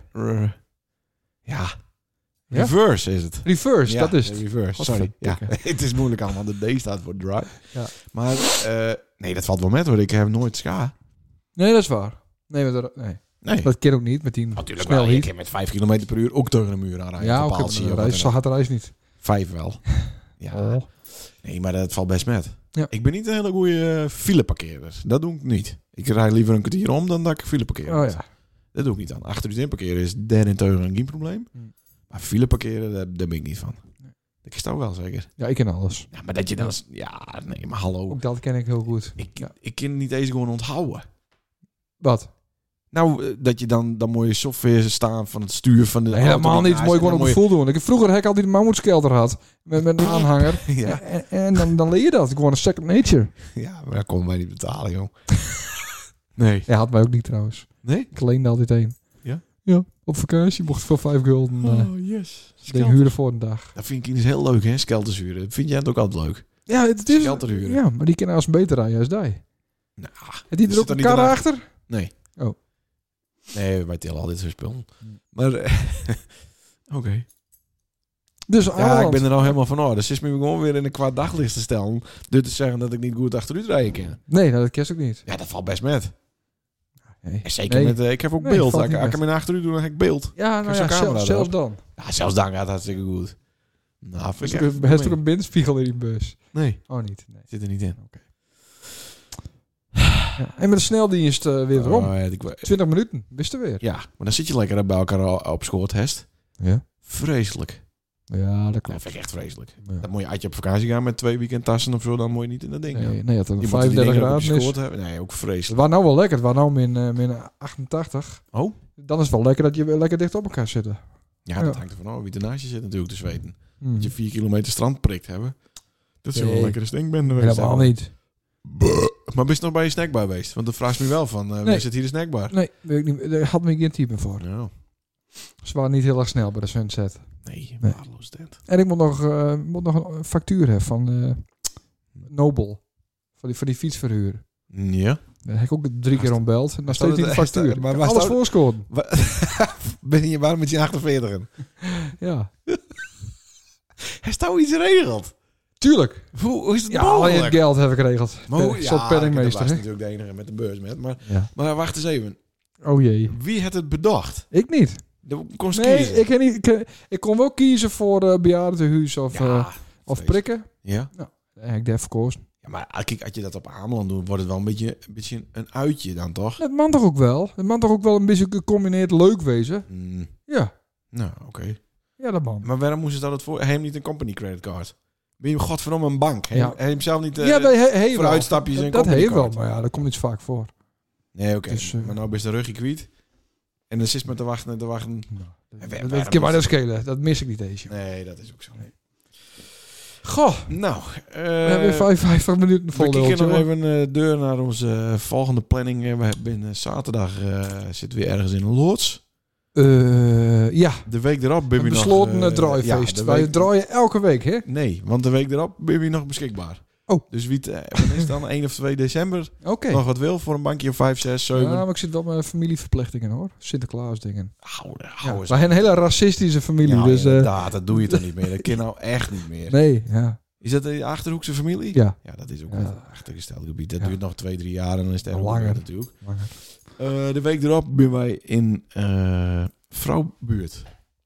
Ja. Ja? Reverse is het. Reverse, Ja, dat is het. Reverse, sorry. Ja. Godverdikke. Het is moeilijk allemaal. De D staat voor drive. Ja. Maar nee, dat valt wel met hoor. Ik heb nooit ska. Nee, dat is waar. Nee, Nee. dat ken ook niet met die Natuurlijk wel. snelheid. Ik heb met 5 km per uur ook tegen een muur aanrijden. Ja, op ook paaltje of een wat reis, zo dan ook. hard de reis niet. 5 wel. Ja. Oh. Nee, maar dat valt best met. Ja. Ik ben niet een hele goede fileparkeerder. Dat doe ik niet. Ik rijd liever een kwartier om dan dat ik file parkeer. Oh ja. Dat doe ik niet aan. Achteruit in parkeren is der in teugen geen probleem. Maar file parkeren, daar ben ik niet van. Nee. Ik sta wel zeker. Ja, ik ken alles. Ja, maar dat je dan... Ja, nee, maar hallo. Ook dat ken ik heel goed. Ik kan het niet eens gewoon onthouden. Wat? Nou, dat je dan moet je software staan van het stuur van de Nee, helemaal auto niet. ernaast Mooi en gewoon op dan het gevoel doen. Vroeger heb ik altijd een mammoetskelter gehad. Met een aanhanger. moet je- Ja, En dan leer je dat. Gewoon een second nature. ja, maar dat kon mij niet betalen, joh. Nee. Hij had mij ook niet trouwens. Nee? Ik leende altijd een. Ja? Ja. Op vakantie mocht ik voor 5 gulden. yes. Ik huren voor een dag. Dat vind ik dus heel leuk, hè? Skelterzuren. Vind jij het ook altijd leuk? Ja, het is... Skelterhuren. Ja, maar die kunnen als beter rijden als die. Nou, Heb die zit er ook er een niet kar een achter? nee. Oh. Nee, wij tellen al dit soort spullen. Maar, oké. Dus Ja, Ameland. ik ben er nou helemaal van. Oh, dus is me gewoon weer in een kwaad daglicht te stellen. Dus te zeggen dat ik niet goed achteruit rijden kan. Nee, nou, dat ken ik ook niet. Ja, dat valt best met. Nee. En zeker Nee. met... ik heb ook Nee, beeld. valt Als niet ik met. hem in achteruit doe, dan heb ik beeld. Ja, Kan nou zo'n ja, camera zelfs erop? dan. Ja, zelfs dan gaat het hartstikke goed. Nou, vind ik echt... Heeft er ook een bindspiegel in die bus? Nee, Oh, niet. Nee. zit er niet in. Ja. En met de sneldienst weer erom. Oh, ja, 20 minuten, wist er weer. ja, maar dan zit je lekker bij elkaar op schoot, hest. Ja, Vreselijk. ja dat Dat klopt. vind ik echt vreselijk. Ja. Dan moet je uit je op vakantie gaan met 2 weekendtassen of zo, dan moet je niet in dat ding gaan. Nee, het Je een moet die 35 dingen op je graden is. schoot hebben. Nee, ook Het vreselijk. was nou wel lekker. Het was nou min 88. Oh? Dan is het wel lekker dat je weer lekker dicht op elkaar zit. Ja, dat hangt ervan af wie ernaast je zit natuurlijk te zweten. Hmm. Dat je 4 kilometer strand prikt hebben. Dat zou wel Nee. lekker een stinkbende geweest Helemaal hebben. niet. Maar ben je nog bij je snackbar geweest? Want dat vraagt me wel van, Nee. is het hier de snackbar? Nee, weet ik niet. Daar had me geen type voor. Nou, Ze waren niet heel erg snel bij de Sunset. nee, Nee. waardeloos tent. En ik moet nog een factuur hebben van Nobel. Voor die fietsverhuur. Ja. Daar heb ik ook 3 keer ombeld. En dan staat steeds in de het- factuur. maar Ik waar heb alles staat- voorscoren. Ben je waar met je 48? Ja. Hij staat iets regeld. Tuurlijk. Hoe is het Ja, alleen mogelijk? het geld heb ik geregeld. Maar hoe, Een soort penningmeester, dat was hè? natuurlijk de enige met de beurs met. Maar, Ja. maar wacht eens even. Oh jee. Wie had het bedacht? Ik niet. De kon Nee, kiezen. ik kon wel kiezen voor bejaardentehuis of Ja, of prikken. ja. Ja, ik heb verkozen. Ja, maar kijk, als je dat op Ameland doet, wordt het wel een beetje een uitje dan, toch? Het mag toch ook wel? Het mag toch ook wel een beetje gecombineerd leuk wezen? Mm, Ja. nou, oké. Ja, dat man. Maar waarom moest ze dat het voor? Hij heeft niet een company creditcard. Ben je godverdomme een bank? Hij Ja. heeft zelf niet Ja, hij voor wel. uitstapjes en Dat heeft wel, companycard. maar ja, dat komt niet zo vaak voor. Nee, oké. Dus, maar nou ben je de rugje kwijt. En dan zit maar te wachten. Dat waarom kan mij is- dat schelen. Dat mis ik niet deze. Nee, dat is ook zo. Goh, Nou, we hebben 55 minuten vol. we kijken nog lultje, even deur naar onze volgende planning. We hebben zaterdag zitten we ergens in een loods. hoor. Ja, De week erop ben een je nog... besloten draaifeest. de Wij week- draaien elke week, hè? Nee, want de week erop ben je nog beschikbaar. Oh. Dus wie wanneer is het dan 1 of 2 december Oké. nog wat wil voor een bankje of 5, 6, 7. Ja, maar ik zit wel met familieverplichtingen, hoor. Sinterklaas dingen. Hou Ja, eens. wij hebben een hele racistische familie, Ja, dus... inderdaad, dat doe je toch niet meer. Dat kan nou echt niet meer. nee, ja. Is dat de Achterhoekse familie? Ja. Ja, dat is ook Ja. een achtergesteld gebied. Dat Ja. duurt nog 2-3 jaar en dan is het er Langer. natuurlijk. De week erop ben wij in Vrouwbuurt.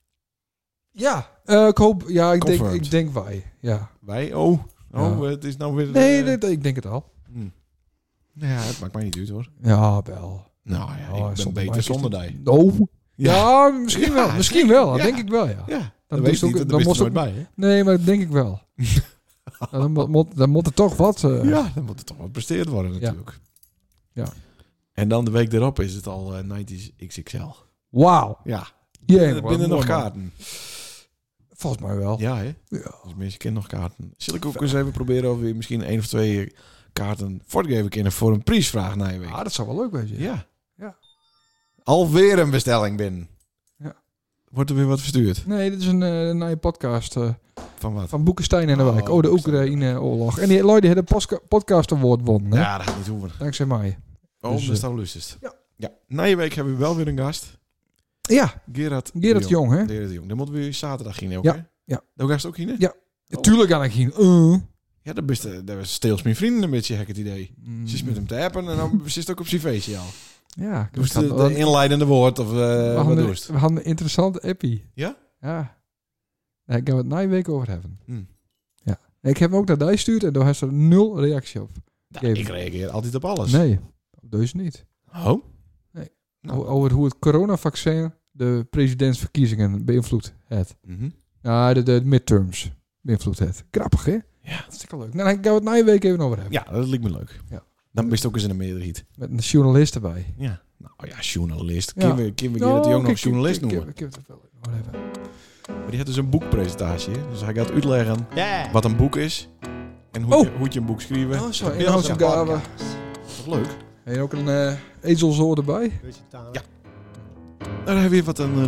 Ja, ik hoop... Ja, Confirmed. ik denk wij. Ja. Wij? Oh, Ja. het is nou weer... Nee, ik denk het al. Ja, het maakt mij niet uit hoor. Ja, wel. Nou ja, Oh, ik ben zonder beter mij is zonder het- die. Oh. Ja, misschien Ja, wel. Misschien zeker. wel. Dat Ja. denk ik wel, ja. Ja, Dan dat weet doe je je niet, ook- dat dan wist er moest nooit bij, hè? Nee, maar dat denk ik wel. Ja, dan moet er toch wat... Ja, dan moet het toch wel gepresteerd worden natuurlijk. Ja. En dan de week erop is het al 90's XXL. Wauw. Ja, Jee, er wat binnen nog mooi, man. kaarten. Volgens mij wel. Ja, hè? Ja. Dus mensen kennen nog kaarten. Zal ik ook eens even proberen of we misschien 1 of 2 kaarten voortgeven kunnen voor een prijsvraag na je week? Ah, dat zou wel leuk wezen. Ja. Ja. Alweer een bestelling binnen. Ja. Wordt er weer wat verstuurd? Nee, dit is een nieuwe podcast Van wat? van Boekenstein en de Wijk. Oh, de Boekenstein. Oekraïne-oorlog. En die Lloyd heeft de podcast award gewonnen. Hè? Ja, dat gaat niet hoeven. Dankzij mij. Oh, Dus, dat staan lustest. ja. Ja. Na je week hebben we wel weer een gast. Ja, Gerard Gerard Jong, hè? Gerard Jong. Dan moeten we zaterdag gaan ook, Ja. hè? Ja. De gast ook hier? Ja. Tuurlijk kan ik geen... Ja, dat is steeds mijn vrienden een beetje, heb ik het idee. Ze is met hem te appen en dan zit ook op zijn feestje al. Ja, Dus de inleidende woord of wat doe je? we hadden een interessante appie. Ja? Ja. Daar gaan we het na je week over hebben. Hm. Ja. Ik heb hem ook naar die gestuurd en daar heeft er 0 reactie op. Nou, ik reageer altijd op alles. Nee, dus niet. Oh? Nee. Nou. Over hoe het coronavaccin de presidentsverkiezingen beïnvloedt het. Mhm. Ja, de midterms beïnvloedt het. Grappig, hè? Ja. Hartstikke leuk. Nou, dan gaan we het na je week even over hebben. Ja, dat lijkt me leuk. Ja. Dan ben je ook eens in de meerderheid. Met een journalist erbij. Ja. Nou ja, journalist. Ja. Kunnen we Gerard Jong nog journalist noemen? Ik heb het wel even. Maar die had dus een boekpresentatie. Hè? Dus hij gaat uitleggen Yeah. wat een boek is. En hoe je een boek schrijven. Oh, zo. Beelse Inhoudsopgave. podcast. Toch leuk? En ook een ezelzoor erbij. Lusitano. Ja. Dan hebben we weer wat een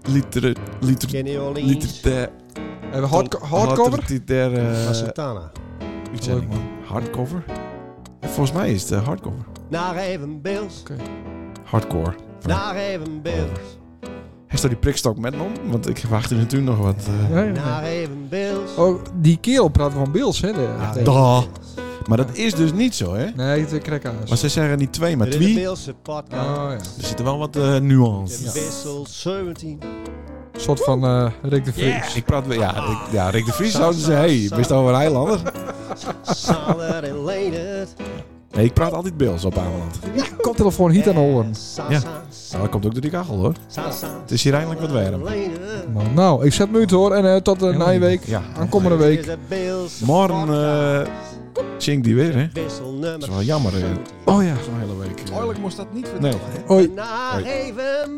Kenny Orleans. literair... En we hardcover. Literair... Sultana. uitzending. Leuk, Hardcover? Ja, volgens mij is het hardcover. Naar even Bills. Hardcore. Naar even Bills. Hij staat die prikstok met me om? Want ik wacht er natuurlijk nog wat... Ja, ja. Naar even Bills. Oh, die kerel praat gewoon Bills, hè? Naar da. even Bills. Maar dat is dus niet zo, hè? Nee, het krek aan. Maar ze zeggen niet 2, maar Dit is de 2. Beelse podcast. Oh ja. Er zitten wel wat nuance. De Wissel 17. Een soort van Rick de Vries. Ik praat... Ja, Rick de Vries zouden ze... Hey, best over een eilander? Sander en Leendert. Nee, ik praat altijd Bills op Ameland. Koptelefoon hier aan horen. Ja. Nou, dat komt ook door die kachel, hoor. Het is hier eindelijk wat warm. Nou, ik zet me uit hoor. En tot de na je week. Ja. Aankomende week. Morgen zing die weer, hè? Wisselnummer. Dat is wel jammer, hè? Oh ja. Zo'n hele week. Eigenlijk moest dat niet Nee. vertellen. hè? Hoi. Naar even